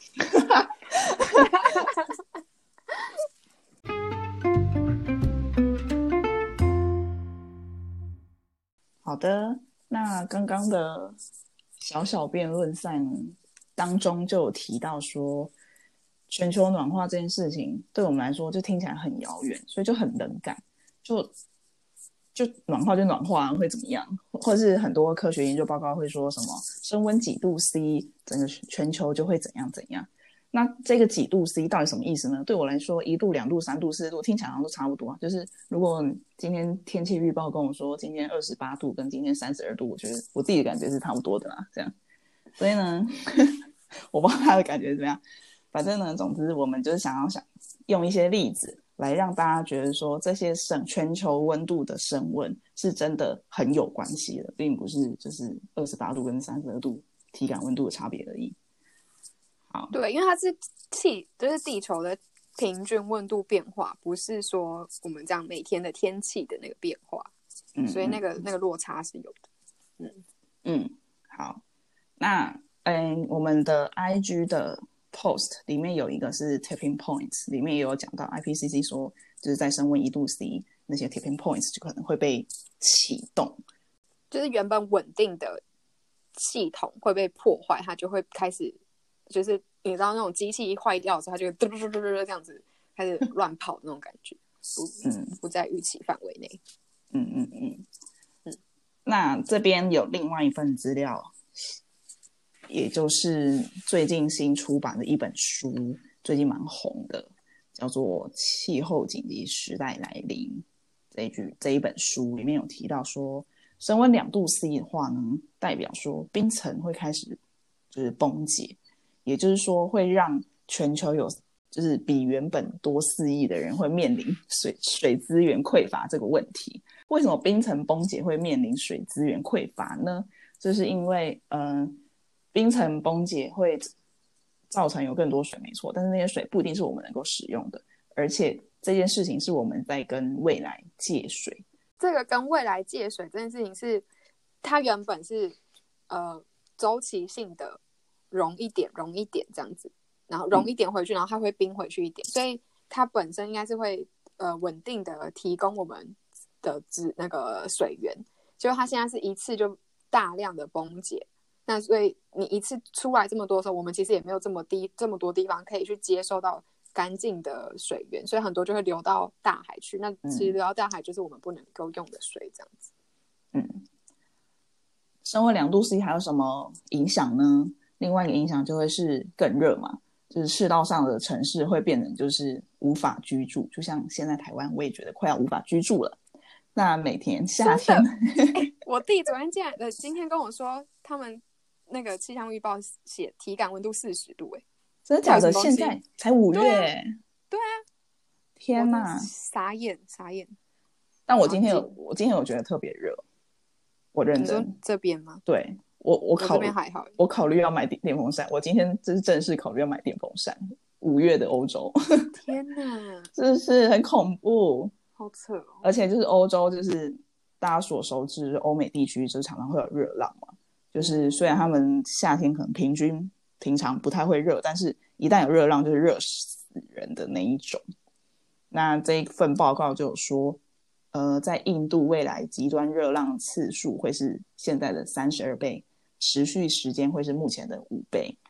好的，那刚刚的小小辩论赛呢，当中就有提到说，全球暖化这件事情对我们来说就听起来很遥远，所以就很冷感，就就暖化就暖化会怎么样，或是很多科学研究报告会说什么升温几度 C， 整个全球就会怎样怎样。那这个几度 C 到底什么意思呢？对我来说，一度、两度、三度、四度，听起来好像都差不多。就是如果今天天气预报跟我说今天二十八度跟今天三十二度，我觉得我自己的感觉是差不多的啦。这样，所以呢，我不知道他的感觉怎么样。反正呢，总之我们就是想要想用一些例子来让大家觉得说，这些升全球温度的升温是真的很有关系的，并不是就是二十八度跟三十二度体感温度的差别而已。 对，因为它是气，就是地球的平均温度变化，不是说我们这样每天的天气的那个变化，嗯、所以那个那个落差是有的。嗯嗯，好，那嗯，我们的 I G 的 post 里面有一个是 tipping points， 里面也有讲到 I P C C 说，就是在升温一度 C 那些 tipping points 就可能会被启动， 就是原本稳定的系统会被破坏，它就会开始。就是你知道那种机器一坏掉的时候，它就嘟嘟嘟嘟嘟这样子开始乱跑的那种感觉，不、嗯、不在预期范围内。 嗯嗯嗯嗯。那这边有另外一份资料，也就是最近新出版的一本书，最近蛮红的，叫做《气候紧急时代来临》。这一句这一本书里面有提到说，升温两度 C 的话呢，代表说冰层会开始就是崩解。也就是说会让全球有就是比原本多四亿的人会面临水水资源匮乏这个问题。为什么冰层崩解会面临水资源匮乏呢？就是因为呃，冰层崩解会造成有更多水没错，但是那些水不一定是我们能够使用的，而且这件事情是我们在跟未来借水。 这个跟未来借水这件事情是它原本是呃周期性的融一点融一点这样子，然后融一点回去，然后它会冰回去一点，所以它本身应该是会呃稳定的提供我们的那个水源，结果它现在是一次就大量的崩解，那所以你一次出来这么多的时候，我们其实也没有这么低这么多地方可以去接受到干净的水源，所以很多就会流到大海去，那其实流到大海就是我们不能够用的水这样子。 嗯，升温两度 C 还有什么影响呢？另外一个影响就会是更热嘛，就是赤道上的城市会变成就是无法居住，就像现在台湾我也觉得快要无法居住了。那每天夏天、 欸、我弟昨天进来的今天跟我说他们那个气象预报写体感温度四十度、欸、 真的假的？现在才五月、欸、 对啊， 天哪， 傻眼傻眼。 但我今天有我今天有觉得特别热，我认真。 你说这边吗？ 对，我我考虑我这边还好， 我考虑要买电风扇，我今天就是正式考虑要买电风扇。五月的欧洲， 天哪， 真是很恐怖， 好扯哦！ 而且就是欧洲，就是大家所熟知，欧美地区就是常常会有热浪嘛。就是虽然他们夏天可能平均平常不太会热，但是一旦有热浪，就是热死人的那一种。那这一份报告就有说，呃，在印度未来极端热浪次数会是现在的三十二倍，持续时间会是目前的五倍。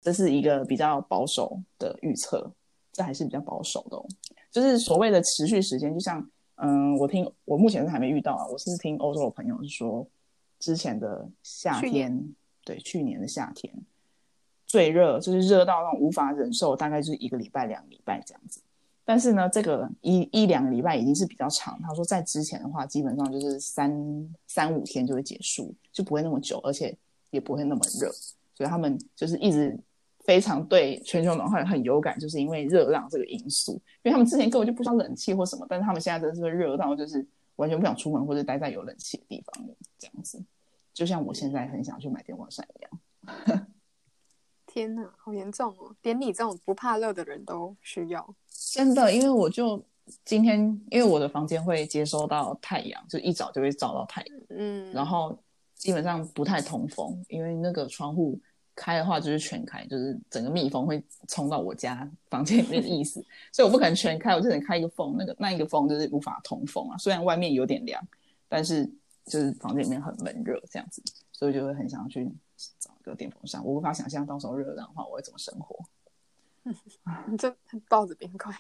这是一个比较保守的预测，这还是比较保守的哦。就是所谓的持续时间，就像嗯，我听我目前是还没遇到啊，我是听欧洲的朋友是说，之前的夏天，对，去年的夏天最热，就是热到那种无法忍受，大概就是一个礼拜、两个礼拜这样子。但是呢，这个一一两个礼拜已经是比较长。他说，在之前的话，基本上就是三三五天就会结束，就不会那么久，而且也不会那么热。所以他们就是一直非常对全球暖化很有感，就是因为热浪这个因素。因为他们之前根本就不需要冷气或什么，但是他们现在真的是会热到就是完全不想出门或者待在有冷气的地方这样子。就像我现在很想去买电风扇一样。 天哪，好严重哦！连你这种不怕热的人都需要。 真的，因为我就今天，因为我的房间会接收到太阳，就一早就会照到太阳，嗯，然后基本上不太通风，因为那个窗户开的话就是全开，就是整个蜜蜂会冲到我家房间里面的意思，所以我不可能全开，我就只能开一个缝，那个那一个缝就是无法通风啊。虽然外面有点凉，但是就是房间里面很闷热这样子，所以就会很想要去找一个电风扇。我无法想象到时候热浪的话我会怎么生活。 你就抱着冰块。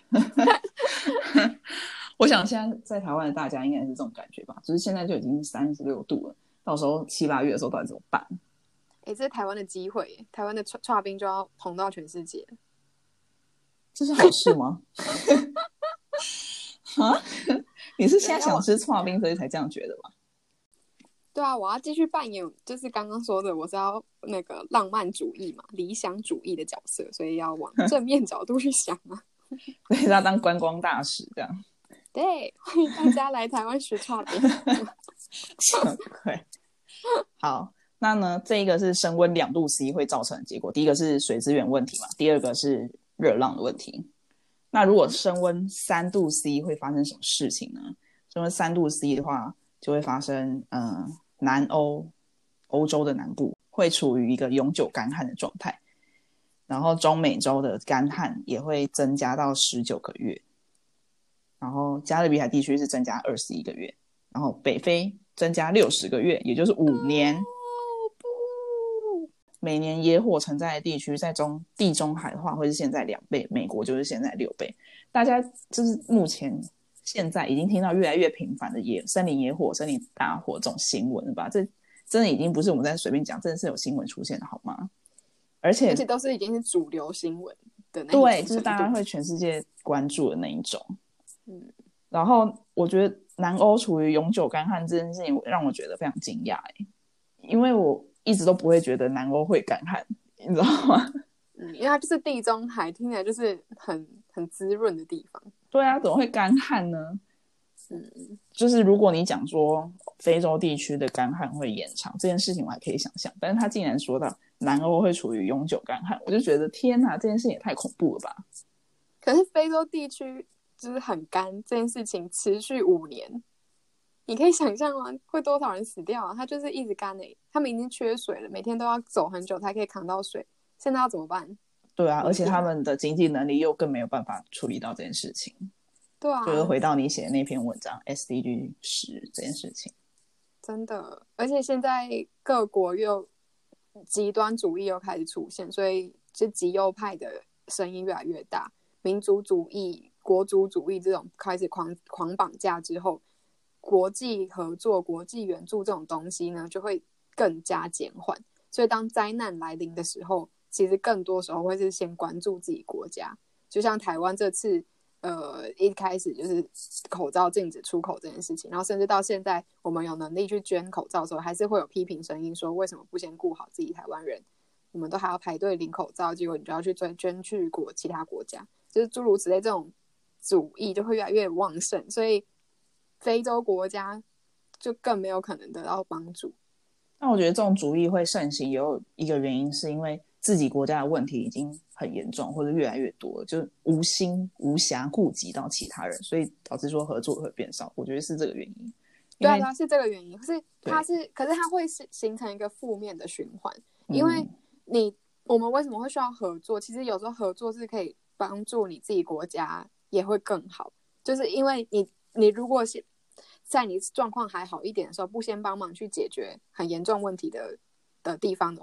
我想现在在台湾的大家应该是这种感觉吧，就是现在就已经三十六度了，到时候七八月的时候到底怎么办？ 哎、欸，这是台湾的机会耶，台湾的剉冰就要红到全世界， 这是好事吗？啊？你是现在想吃剉冰所以才这样觉得吗？ 对啊，我要继续扮演就是刚刚说的，我是要那个浪漫主义嘛，理想主义的角色，所以要往正面角度去想啊。 所以要当观光大使这样。 对，欢迎大家来台湾学剉冰。 对，好，那呢，这一个是升温两度 C 会造成的结果，第一个是水资源问题嘛，第二个是热浪的问题。那如果升温三度 C 会发生什么事情呢？升温三度 C 的话，就会发生，呃，南欧欧洲的南部会处于一个永久干旱的状态，然后中美洲的干旱也会增加到十九个月，然后加勒比海地区是增加二十一个月，然后北非增加六十个月，也就是五年。哦，不，每年野火成灾的地区在中地中海的话会是现在两倍，美国就是现在六倍。大家就是目前现在已经听到越来越频繁的野森林野火、森林大火这种新闻了吧？这真的已经不是我们在随便讲，真的是有新闻出现的好吗？而且而且都是已经是主流新闻的那种，对，就是大家会全世界关注的那一种。嗯，然后我觉得南欧处于永久干旱这件事情让我觉得非常惊讶，因为我一直都不会觉得南欧会干旱，你知道吗？ 嗯，因为它就是地中海，听起来就是很很滋润的地方。 对啊，怎么会干旱呢？嗯，就是如果你讲说非洲地区的干旱会延长这件事情我还可以想象，但是他竟然说到南欧会处于永久干旱，我就觉得天哪，这件事情也太恐怖了吧。 可是非洲地区就是很干，这件事情持续五年，你可以想象吗？会多少人死掉啊？它就是一直干诶、欸，他们已经缺水了，每天都要走很久才可以扛到水，现在要怎么办？ 对啊，而且他们的经济能力又更没有办法处理到这件事情。 对啊， 就是回到你写的那篇文章 S D G 十这件事情， 真的，而且现在各国又极端主义又开始出现，所以就极右派的声音越来越大，民族主义、国族主义这种开始狂狂绑架之后，国际合作、国际援助这种东西呢，就会更加减缓。所以当灾难来临的时候，其实更多时候会是先关注自己国家，就像台湾这次。呃，一开始就是口罩禁止出口这件事情，然后甚至到现在我们有能力去捐口罩的时候，还是会有批评声音说为什么不先顾好自己台湾人，我们都还要排队领口罩，结果你就要去捐去国其他国家，就是诸如此类这种主义就会越来越旺盛，所以非洲国家就更没有可能得到帮助。 那我觉得这种主义会盛行也有一个原因，是因为自己国家的问题已经很严重或者越来越多，就无心无暇顾及到其他人，所以导致说合作会变少，我觉得是这个原因。 对啊，对啊，是这个原因。可是它是，可是它会形成一个负面的循环，因为你、嗯、我们为什么会需要合作？其实有时候合作是可以帮助你自己国家也会更好，就是因为你你如果是在你状况还好一点的时候，不先帮忙去解决很严重问题的的地方的话。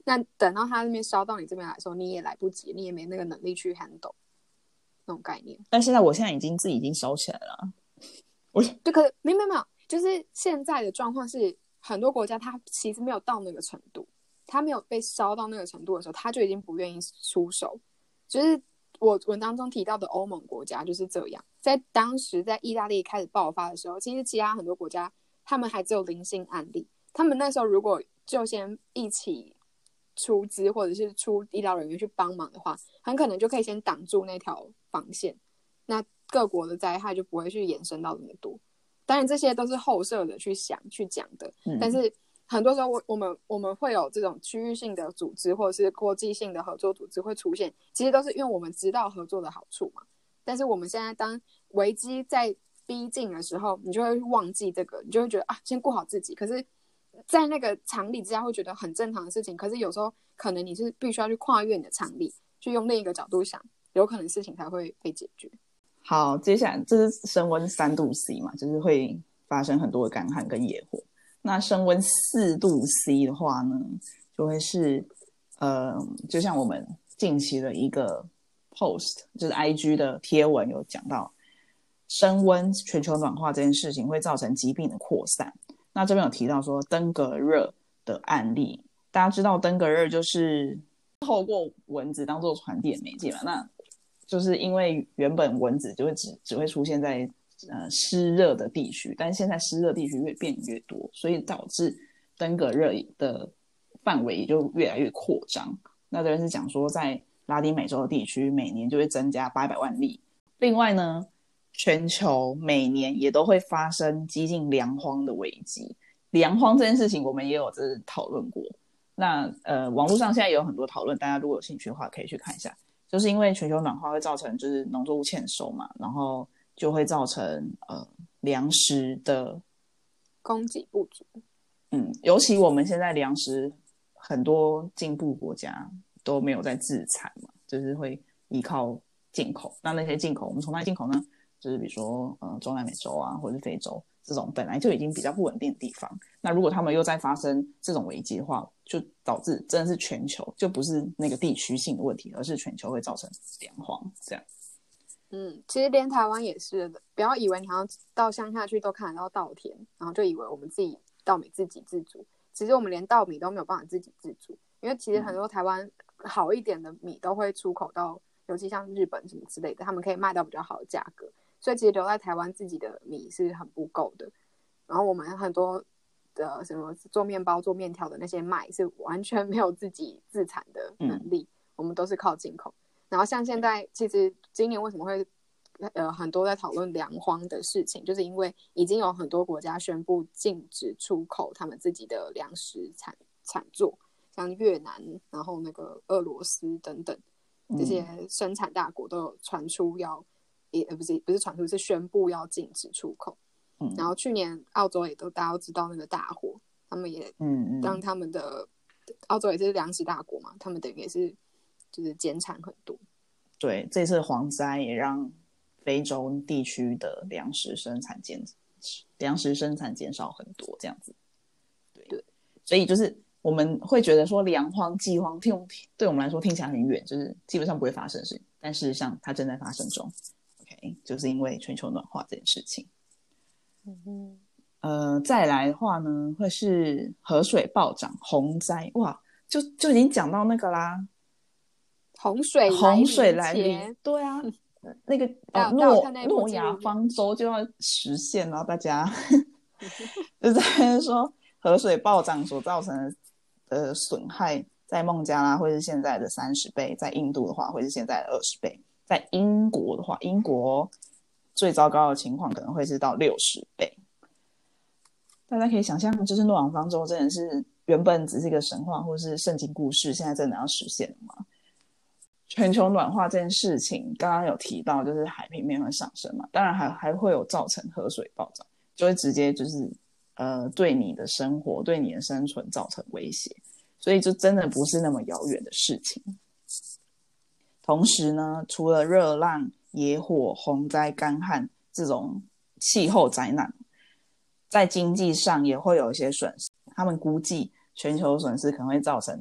那等到它那边烧到你这边来的时候，你也来不及，你也没那个能力去 handle 那种概念。 但现在我现在已经自己已经烧起来了，我就可没有没有没有，就是现在的状况是很多国家它其实没有到那个程度，它没有被烧到那个程度的时候，它就已经不愿意出手。就是我文章中提到的欧盟国家就是这样，在当时在意大利开始爆发的时候，其实其他很多国家他们还只有零星案例，他们那时候如果就先一起出资或者是出医疗人员去帮忙的话，很可能就可以先挡住那条防线，那各国的灾害就不会去延伸到那么多。当然这些都是后设的去想去讲的、嗯、但是很多时候我们我们会有这种区域性的组织或者是国际性的合作组织会出现，其实都是因为我们知道合作的好处嘛。但是我们现在当危机在逼近的时候，你就会忘记这个，你就会觉得啊，先顾好自己。可是在那个常理之下会觉得很正常的事情，可是有时候可能你是必须要去跨越你的常理，去用另一个角度想，有可能事情才会被解决。 好，接下来这是升温三度 C 嘛，就是会发生很多的干旱跟野火。那升温四度 C 的话呢，就会是呃，就像我们近期的一个 post， 就是 I G 的贴文有讲到，升温全球暖化这件事情会造成疾病的扩散。那这边有提到说登革热的案例，大家知道登革热就是透过蚊子当做传递的媒介嘛，那就是因为原本蚊子就会 只, 只会出现在呃湿热的地区，但是现在湿热地区越变越多，所以导致登革热的范围也就越来越扩张。那这边是讲说在拉丁美洲的地区每年就会增加八百万例。另外呢，全球每年也都会发生几近粮荒的危机。粮荒这件事情我们也有就是讨论过，那呃网络上现在也有很多讨论，大家如果有兴趣的话可以去看一下。就是因为全球暖化会造成就是农作物欠收嘛，然后就会造成呃粮食的供给不足。 嗯，尤其我们现在粮食很多进步国家都没有在自产嘛，就是会依靠进口。那那些进口我们从哪里进口呢？就是比如说呃中南美洲啊，或者是非洲这种本来就已经比较不稳定的地方，那如果他们又在发生这种危机的话，就导致真的是全球，就不是那个地区性的问题，而是全球会造成粮荒这样。 嗯，其实连台湾也是的，不要以为你好像到乡下去都看得到稻田，然后就以为我们自己稻米自给自足，其实我们连稻米都没有办法自给自足，因为其实很多台湾好一点的米都会出口到，尤其像日本什么之类的，他们可以卖到比较好的价格，所以其实留在台湾自己的米是很不够的。然后我们很多的什么做面包做面条的那些麦是完全没有自己自产的能力、嗯、我们都是靠进口。然后像现在其实今年为什么会呃很多在讨论粮荒的事情，就是因为已经有很多国家宣布禁止出口他们自己的粮食产产作，像越南然后那个俄罗斯等等这些生产大国都有传出要也不是不是传出是宣布要禁止出口。嗯、然后去年澳洲也都大家都知道那个大火，他们也让他们的、嗯、澳洲也是粮食大国嘛，他们等于也是就是减产很多。 对，这次蝗灾也让非洲地区的粮食生产减粮食生产减少很多这样子。 对, 对所以就是我们会觉得说粮荒饥荒听对我们来说听起来很远，就是基本上不会发生的事情，但事实上它正在发生中。 OK， 就是因为全球暖化这件事情。嗯、呃，再来的话呢，会是河水暴涨、洪灾。哇，就就已经讲到那个啦， 洪水洪水来临，对啊，那个哦诺诺亚方舟就要实现了，大家就在说河水暴涨所造成的损害，在孟加拉会是现在的三十倍，在印度的话会是现在的二十倍，在英国的话，英国最糟糕的情况可能会是到六十倍。大家可以想象，就是诺亚方舟真的是原本只是一个神话或是圣经故事，现在真的要实现了吗？全球暖化这件事情刚刚有提到，就是海平面会上升嘛，当然还还会有造成河水暴涨，就会直接就是呃对你的生活对你的生存造成威胁，所以就真的不是那么遥远的事情。同时呢，除了热浪、野火、洪灾、干旱这种气候灾难，在经济上也会有一些损失。他们估计全球损失可能会造成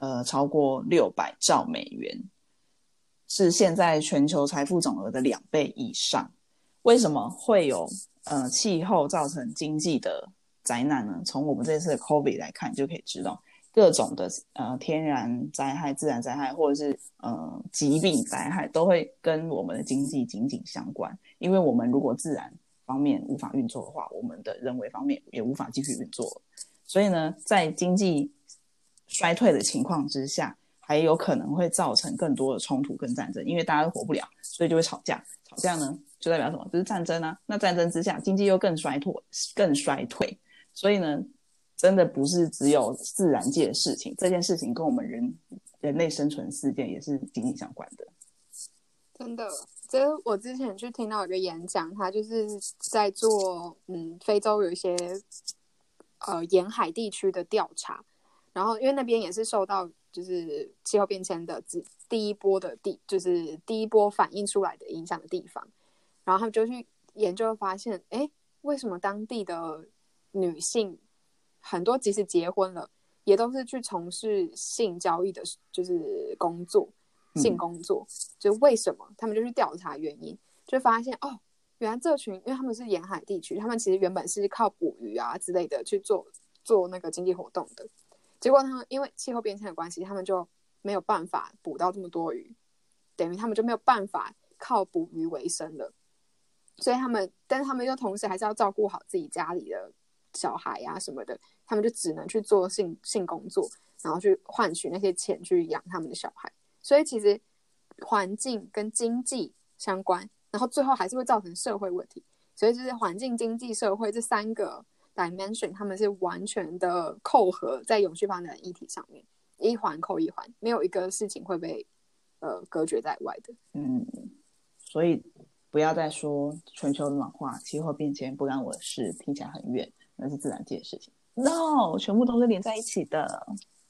呃超过六百兆美元，是现在全球财富总额的两倍以上。为什么会有呃气候造成经济的灾难呢？从我们这次的 COVID 来看就可以知道，各种的呃天然灾害、自然灾害或者是呃疾病灾害都会跟我们的经济紧紧相关。因为我们如果自然方面无法运作的话，我们的人为方面也无法继续运作。所以呢，在经济衰退的情况之下，还有可能会造成更多的冲突跟战争，因为大家都活不了，所以就会吵架。吵架呢，就代表什么？就是战争啊。那战争之下，经济又更衰退，更衰退。所以呢，真的不是只有自然界的事情，这件事情跟我们人人类生存事件也是紧紧相关的。 真的，这是我之前去听到一个演讲，他就是在做嗯非洲有一些呃沿海地区的调查，然后因为那边也是受到就是气候变迁的第一波的地就是第一波反映出来的影响的地方，然后他们就去研究发现，哎，为什么当地的女性很多即使结婚了，也都是去从事性交易的，就是工作。性工作，就为什么他们就去调查原因，就发现哦，原来这群因为他们是沿海地区，他们其实原本是靠捕鱼啊之类的去做做那个经济活动的，结果他们因为气候变迁的关系，他们就没有办法捕到这么多鱼，等于他们就没有办法靠捕鱼为生了，所以他们但是他们又同时还是要照顾好自己家里的小孩啊什么的，他们就只能去做性性工作，然后去换取那些钱去养他们的小孩。所以其实环境跟经济相关，然后最后还是会造成社会问题。所以就是环境、经济、社会这三个 dimension， 他们是完全的扣合在永续发展议题上面，一环扣一环，没有一个事情会被呃隔绝在外的。 嗯，所以不要再说全球暖化、气候变迁不干我的事，听起来很远，那是自然界的事情。No， 全部都是连在一起的。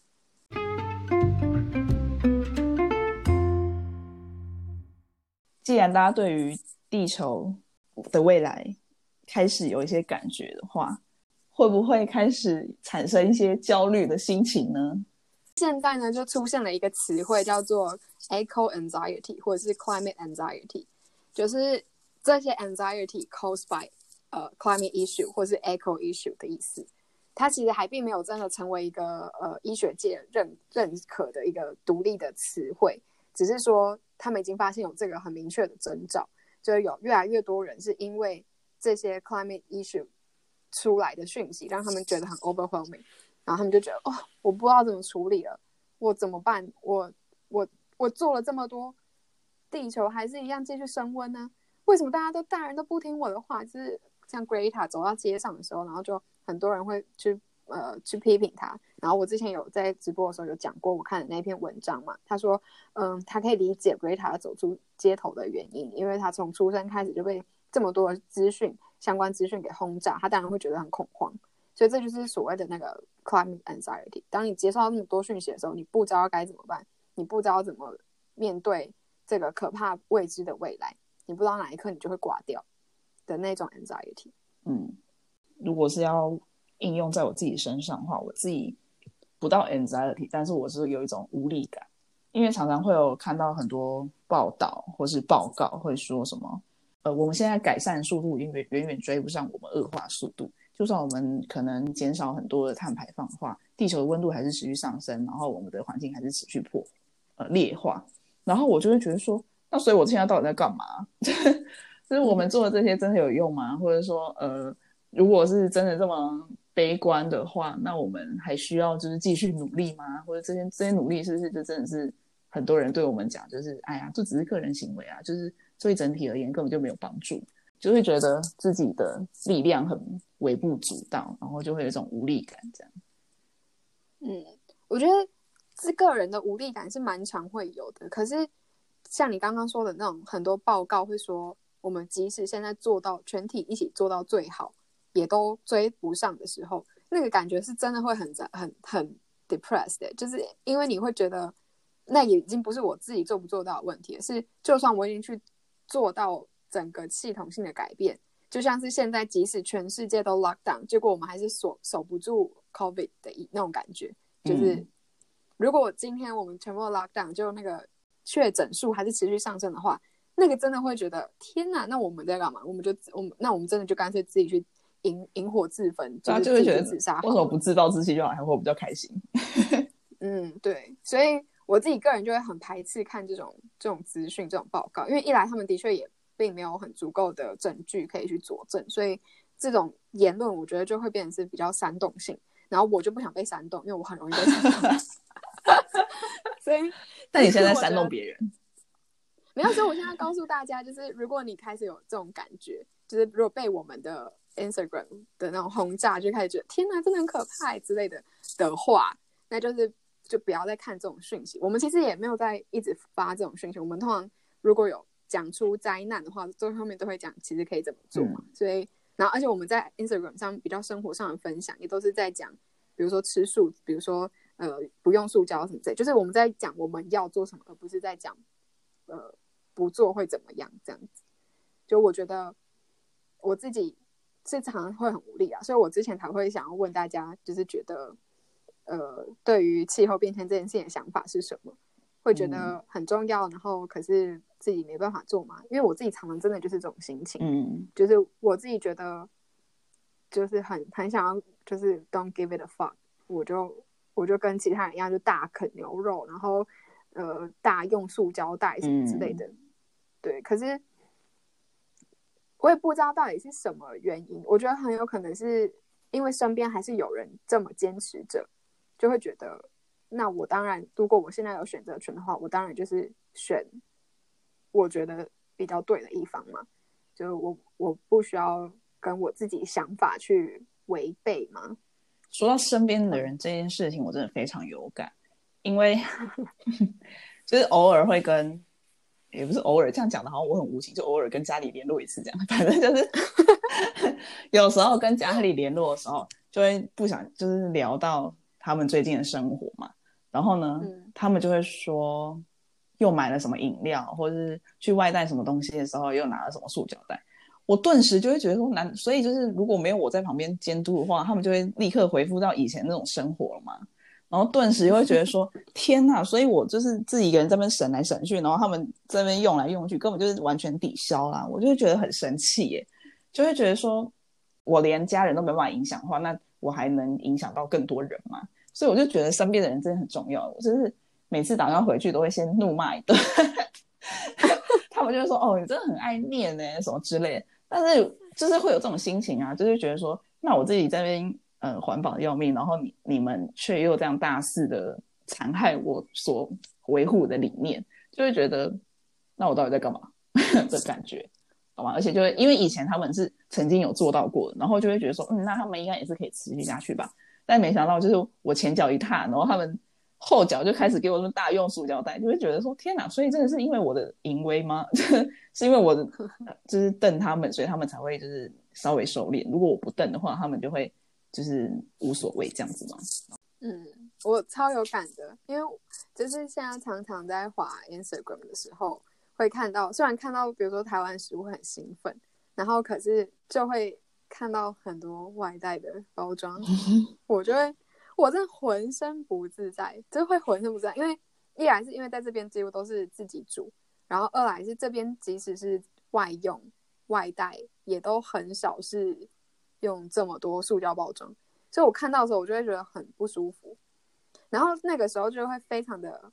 既然大家对于地球的未来开始有一些感觉的话，会不会开始产生一些焦虑的心情呢？ 现在呢，就出现了一个词汇叫做 eco anxiety 或者是 climate anxiety， 就是这些 anxiety caused by、呃、climate issue 或是 eco issue 的意思。它其实还并没有真的成为一个呃医学界 认, 认可的一个独立的词汇，只是说他们已经发现有这个很明确的征兆，就是有越来越多人是因为这些 climate issue 出来的讯息让他们觉得很 overwhelming， 然后他们就觉得哦，我不知道怎么处理了，我怎么办？我我我做了这么多，地球还是一样继续升温呢？为什么大家都大人都不听我的话？就是像 Greta 走到街上的时候，然后就很多人会去呃去批评他。然后我之前有在直播的时候有讲过我看的那篇文章嘛，他说嗯，他可以理解 Greta 走出街头的原因，因为他从出生开始就被这么多的资讯相关资讯给轰炸，他当然会觉得很恐慌。所以这就是所谓的那个 climate anxiety。当你接受到那么多讯息的时候，你不知道该怎么办，你不知道怎么面对这个可怕未知的未来，你不知道哪一刻你就会挂掉的那种 anxiety。 嗯，如果是要应用在我自己身上的话，我自己不到 anxiety， 但是我是有一种无力感，因为常常会有看到很多报道或是报告会说什么，呃，我们现在改善速度已经远远追不上我们恶化速度，就算我们可能减少很多的碳排放的话，地球的温度还是持续上升，然后我们的环境还是持续破呃劣化，然后我就会觉得说，那所以我现在到底在干嘛？就是我们做的这些真的有用吗？或者说呃，如果是真的这么悲观的话，那我们还需要就是继续努力吗？或者这些这些努力是不是就真的是很多人对我们讲就是哎呀，这只是个人行为啊，就是对整体而言根本就没有帮助，就会觉得自己的力量很微不足道，然后就会有一种无力感这样。 嗯，我觉得是个人的无力感是蛮常会有的，可是像你刚刚说的那种很多报告会说我们即使现在做到全体一起做到最好也都追不上的时候，那个感觉是真的会很很很 depressed 的，就是因为你会觉得那也已经不是我自己做不做到的问题了，是就算我已经去做到整个系统性的改变，就像是现在即使全世界都 lock down， 结果我们还是守守不住 COVID 的那种感觉，就是、嗯、 如果今天我们全部 lock down， 就那个确诊数还是持续上升的话，那个真的会觉得天哪，那我们在干嘛？我们就我们那我们真的就干脆自己去引引火自焚， 就是自己就会觉得自杀好了。 为什么不自暴自弃就好，还会比较开心。 嗯，对，所以我自己个人就会很排斥看这种这种资讯、这种报告，因为一来他们的确也并没有很足够的证据可以去佐证，所以这种言论我觉得就会变成是比较煽动性，然后我就不想被煽动，因为我很容易被煽动。所以， 但你现在在煽动别人， 没有，所以我现在告诉大家，就是如果你开始有这种感觉，就是如果被我们的 Instagram 的那种轰炸，就开始觉得天哪，真的很可怕之类的的话，那就是就不要再看这种讯息。我们其实也没有在一直发这种讯息，我们通常如果有讲出灾难的话，最后面都会讲其实可以怎么做嘛。嗯、所以，然后而且我们在 Instagram 上比较生活上的分享，也都是在讲，比如说吃素，比如说呃不用塑胶什么之类，就是我们在讲我们要做什么，而不是在讲呃不做会怎么样这样子。就我觉得我自己是常常会很无力啊，所以我之前才会想要问大家，就是觉得呃对于气候变迁这件事情的想法是什么？会觉得很重要，然后可是自己没办法做嘛？因为我自己常常真的就是这种心情，嗯，就是我自己觉得就是很很想要，就是 don't give it a fuck， 我就我就跟其他人一样，就大啃牛肉，然后呃大用塑胶袋什么之类的，嗯、对。可是我也不知道到底是什么原因，我觉得很有可能是因为身边还是有人这么坚持着，就会觉得。那我当然，如果我现在有选择权的话，我当然就是选我觉得比较对的一方嘛。就我我不需要跟我自己想法去违背嘛。 说到身边的人这件事情，我真的非常有感，因为就是偶尔会跟，也不是偶尔这样讲的，好像我很无情，就偶尔跟家里联络一次这样。反正就是有时候跟家里联络的时候，就会不想就是聊到他们最近的生活嘛。然后呢、嗯、他们就会说又买了什么饮料，或者是去外带什么东西的时候又拿了什么塑胶袋。我顿时就会觉得说难，所以就是如果没有我在旁边监督的话，他们就会立刻回复到以前那种生活了嘛。然后顿时又会觉得说天哪，所以我就是自己一个人在那边省来省去，然后他们在那边用来用去，根本就是完全抵消啦。我就会觉得很生气耶，就会觉得说我连家人都没办法影响的话，那我还能影响到更多人吗？所以我就觉得身边的人真的很重要，我就是每次打电话回去都会先怒骂一顿他们就会说哦你真的很爱念耶什么之类的，但是就是会有这种心情啊，就是觉得说那我自己在那边呃环保的要命，然后你你们却又这样大肆的残害我所维护的理念，就会觉得那我到底在干嘛的感觉好吗？而且就会因为以前他们是曾经有做到过的，然后就会觉得说嗯那他们应该也是可以持续下去吧，但没想到就是我前脚一踏，然后他们后脚就开始给我那大用塑胶袋，就会觉得说天哪，所以真的是因为我的淫威吗？是因为我的就是瞪他们，所以他们才会就是稍微收敛，如果我不瞪的话他们就会就是无所谓这样子吗？ 嗯，我超有感的，因为就是现在常常在滑 Instagram 的时候会看到，虽然看到比如说台湾食物很兴奋，然后可是就会看到很多外带的包装我就会我真的浑身不自在，就会浑身不自在，因为一来是因为在这边几乎都是自己煮，然后二来是这边即使是外用外带也都很少是用这么多塑胶包装，所以我看到的时候我就会觉得很不舒服，然后那个时候就会非常的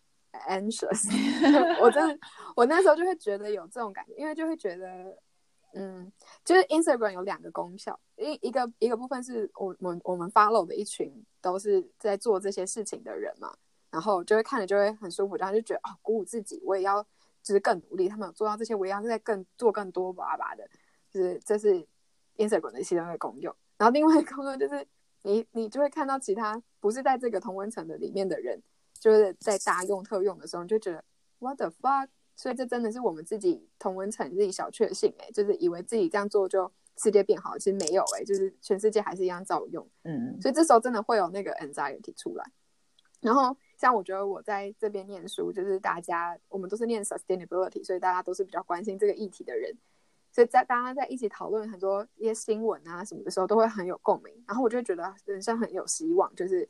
anxious 我真的我那时候就会觉得有这种感觉，因为就会觉得嗯，就是 Instagram 有两个功效，一一个一个部分是我们我们 follow 的一群都是在做这些事情的人嘛，然后就会看了就会很舒服，然后就觉得哦，鼓舞自己，我也要就是更努力，他们有做到这些，我也要再更做更多吧吧的，就是这是 Instagram 的其中一个功用。然后另外一个功用就是你你就会看到其他不是在这个同温层的里面的人，就是在大用特用的时候，你就觉得 what the fuck。所以这真的是我们自己同温层自己小确幸哎、欸，就是以为自己这样做就世界变好，其实没有哎、欸，就是全世界还是一样照用。嗯，所以这时候真的会有那个 anxiety 出来。然后像我觉得我在这边念书，就是大家我们都是念 sustainability， 所以大家都是比较关心这个议题的人，所以在大家在一起讨论很多一些新闻啊什么的时候，都会很有共鸣。然后我就会觉得人生很有希望，就是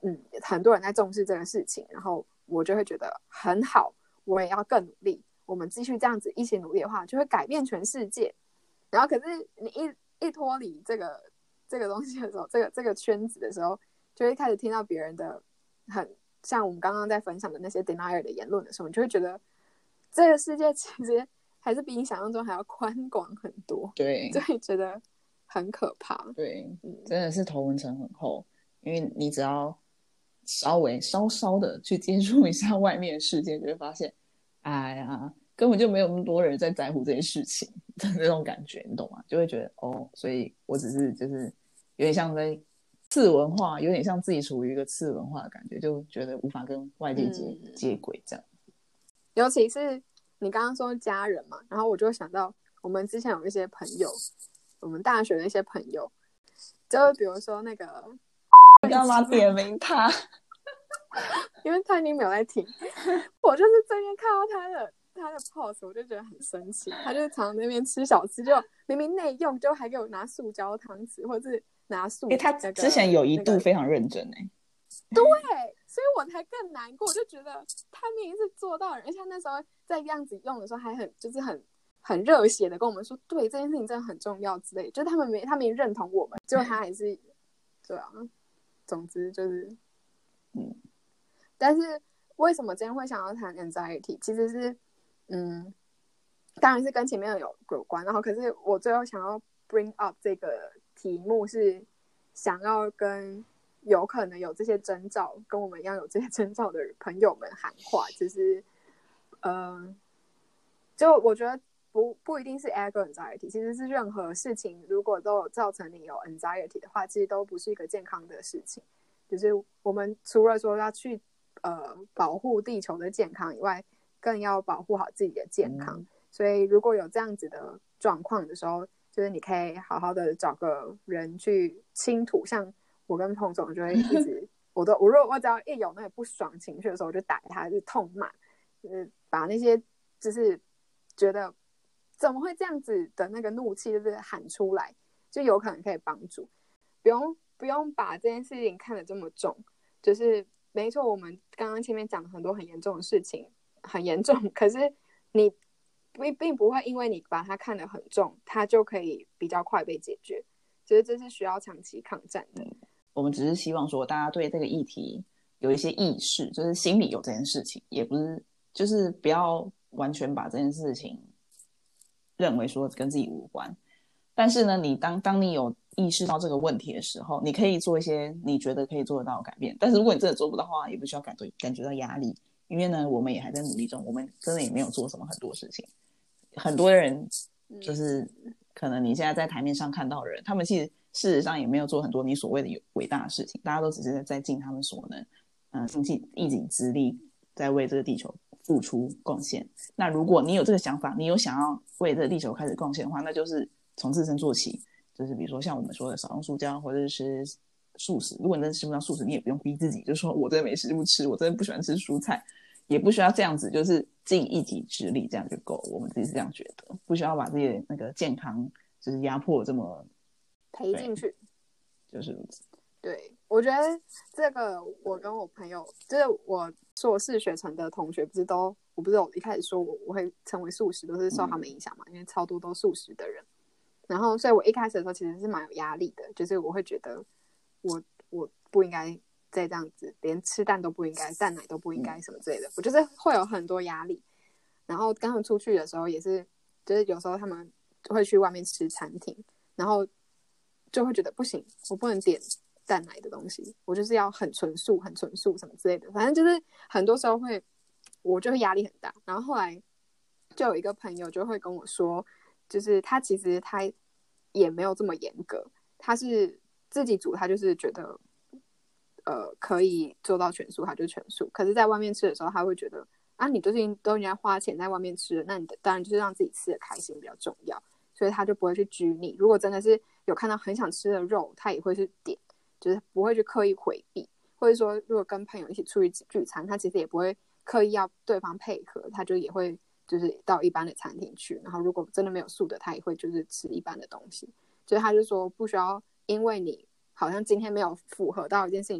嗯，很多人在重视这个事情，然后我就会觉得很好，我也要更努力，我们继续这样子一起努力的话，就会改变全世界。然后可是你一一脱离这个这个东西的时候，这个这个圈子的时候，就会开始听到别人的很像我们刚刚在分享的那些 denier 的言论的时候，你就会觉得这个世界其实还是比你想象中还要宽广很多， 对， 就会觉得很可怕。 对， 嗯， 真的是头文层很厚，因为你只要稍微稍稍的去接触一下外面的世界，就会发现，哎呀，根本就没有那么多人在在乎这些事情的那种感觉，你懂吗？就会觉得哦，所以我只是就是有点像在次文化，有点像自己处于一个次文化的感觉，就觉得无法跟外界接、嗯、接轨这样。 尤其是你刚刚说家人嘛，然后我就想到我们之前有一些朋友，我们大学的一些朋友，就比如说那个， 你干嘛点名他？ 因为他已经没有在听。我就是最近看到他的他的 post， 我就觉得很生气。他就是常常在那边吃小吃，就明明内用，就还给我拿塑胶汤匙，或者是拿塑、 欸。他之前有一度非常认真哎、欸。 对，所以我才更难过。我就觉得他明明是做到人，而且他那时候在这样子用的时候，还很就是很很热血的跟我们说，对这件事情真的很重要之类的。就是他们没他们也认同我们，结果他还是对啊。总之就是，嗯。但是为什么今天会想要谈 anxiety？ 其实是，嗯，当然是跟前面有有关。然后，可是我最后想要 bring up 这个题目是想要跟有可能有这些征兆，跟我们一样有这些征兆的朋友们喊话，就是呃，就我觉得不不一定是 ego anxiety， 其实是任何事情如果都有造成你有 anxiety 的话，其实都不是一个健康的事情。就是我们除了说要去呃保护地球的健康以外，更要保护好自己的健康。嗯、所以如果有这样子的状况的时候，就是你可以好好的找个人去倾吐，像我跟彭总就会一直，我都我如果我只要一有那个不爽情绪的时候，我就打给他，就是痛骂，就是把那些就是觉得怎么会这样子的那个怒气就是喊出来，就有可能可以帮助，不用不用把这件事情看得这么重。就是没错，我们刚刚前面讲了很多很严重的事情，很严重，可是你并不会因为你把它看得很重，它就可以比较快被解决。其实这是需要长期抗战的。 我们只是希望说大家对这个议题有一些意识，就是心里有这件事情，也不是就是不要完全把这件事情认为说跟自己无关。但是呢，你当当你有意识到这个问题的时候，你可以做一些你觉得可以做得到的改变。但是如果你真的做不到的话，也不需要感觉感觉到压力，因为呢，我们也还在努力中，我们真的也没有做什么很多事情。很多人就是可能你现在在台面上看到的人，他们其实事实上也没有做很多你所谓的有伟大的事情，大家都只是在尽他们所能，嗯、呃，尽一己之力，在为这个地球付出贡献。那如果你有这个想法，你有想要为这个地球开始贡献的话，那就是从自身做起。就是比如说像我们说的少用塑胶，或者是吃素食。如果你真的吃不到素食，你也不用逼自己，就说我真的没食物吃，我真的不喜欢吃蔬菜，也不需要这样子，就是尽一己之力，这样就够。我们自己是这样觉得，不需要把自己的那个健康就是压迫这么赔进去， 就是如此。 对，我觉得这个我跟我朋友，就是我硕士学成的同学，不是都我不是有一开始说我我会成为素食，都是受他们影响嘛，嗯、因为超多都素食的人。然后，所以我一开始的时候其实是蛮有压力的，就是我会觉得我我不应该再这样子，连吃蛋都不应该，蛋奶都不应该什么之类的，我就是会有很多压力。然后跟他们出去的时候也是，就是有时候他们会去外面吃餐厅，然后就会觉得不行，我不能点蛋奶的东西，我就是要很纯素、很纯素什么之类的。反正就是很多时候会，我就会压力很大。然后后来就有一个朋友就会跟我说，就是他其实他也没有这么严格，他是自己煮，他就是觉得呃可以做到全素，他就全素。可是在外面吃的时候，他会觉得啊，你就是都应该花钱在外面吃了，那你当然就是让自己吃的开心比较重要，所以他就不会去拘泥。如果真的是有看到很想吃的肉，他也会去点，就是不会去刻意回避。或者说如果跟朋友一起出去聚餐，他其实也不会刻意要对方配合，他就也会就是到一般的餐厅去，然后如果真的没有素的，他也会就是吃一般的东西。所以他就说不需要因为你好像今天没有符合到一件事情，就是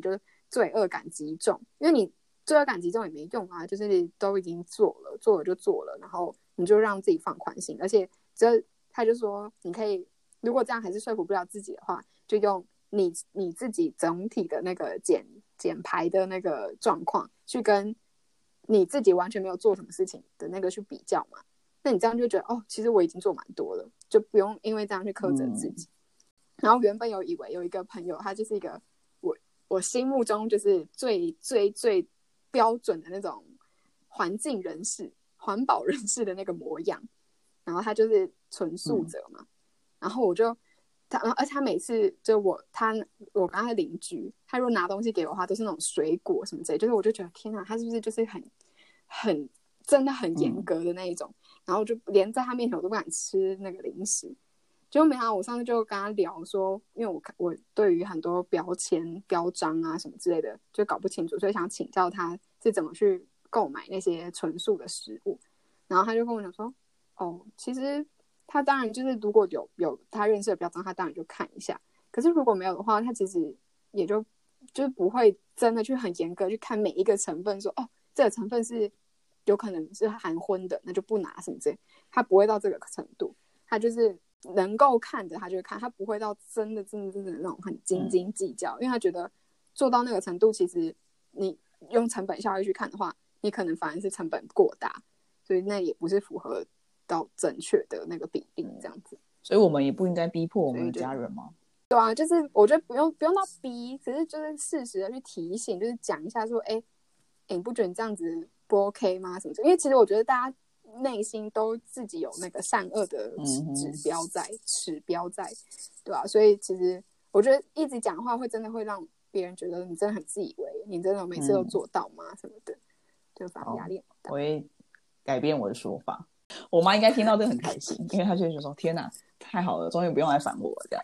罪恶感极重，因为你罪恶感极重也没用啊，就是都已经做了，做了就做了，然后你就让自己放宽心，而且这他就说你可以，如果这样还是说服不了自己的话，就用你你自己整体的那个减减排的那个状况去跟你自己完全没有做什么事情的那个去比较嘛，那你这样就觉得哦，其实我已经做蛮多了，就不用因为这样去苛责自己、嗯、然后原本有以为有一个朋友他就是一个我我心目中就是最最最标准的那种环境人士环保人士的那个模样，然后他就是纯素者嘛、嗯、然后我就他而且他每次就我他我跟他的邻居，他如果拿东西给我的话都是那种水果什么之类，就是我就觉得天哪，他是不是就是很很真的很严格的那一种、嗯、然后就连在他面前我都不敢吃那个零食。结果没想到我上次就跟他聊说，因为我我对于很多标签标章啊什么之类的就搞不清楚，所以想请教他是怎么去购买那些纯素的食物。然后他就跟我讲说，哦，其实他当然就是如果有有他认识的标章，他当然就看一下。可是如果没有的话，他其实也就就是不会真的去很严格去看每一个成分说，哦，这个成分是有可能是含荤的，那就不拿什么之类。他不会到这个程度，他就是能够看的他就会看，他不会到真的真的真的那种很斤斤计较、嗯、因为他觉得做到那个程度，其实你用成本效益去看的话，你可能反而是成本过大，所以那也不是符合到正确的那个比例这样子。 所以我们也不应该逼迫我们的家人吗？ 对啊，就是我觉得不用不用到逼，只是就是适时的去提醒，就是讲一下说，哎、欸欸，你不觉得你这样子不 OK 吗？什么的？因为其实我觉得大家内心都自己有那个善恶的指标在、嗯、指标在，对吧、啊？所以其实我觉得一直讲话会真的会让别人觉得你真的很自以为，你真的每次都做到吗？嗯、什么的，就反正压力很大。 我会改变我的说法。我妈应该听到这很开心，因为她就会说：“天哪，太好了，终于不用来烦我了。”这样。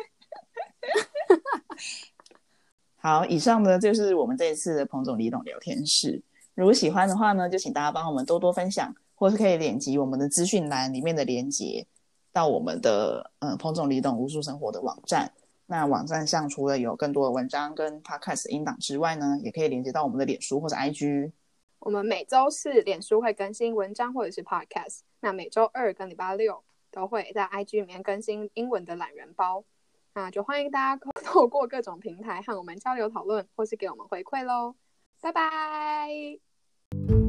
好，以上呢就是我们这一次的彭总李董聊天室。如果喜欢的话呢，就请大家帮我们多多分享，或是可以点击我们的资讯栏里面的连结到我们的呃彭总李董无数生活的网站。那网站上除了有更多的文章跟 podcast 音档之外呢，也可以连接到我们的脸书或者 I G。 我们每周四脸书会更新文章或者是 podcast， 那每周二跟礼拜六都会在 I G 里面更新英文的懒人包，那就欢迎大家透过各种平台和我们交流讨论，或是给我们回馈咯。拜拜。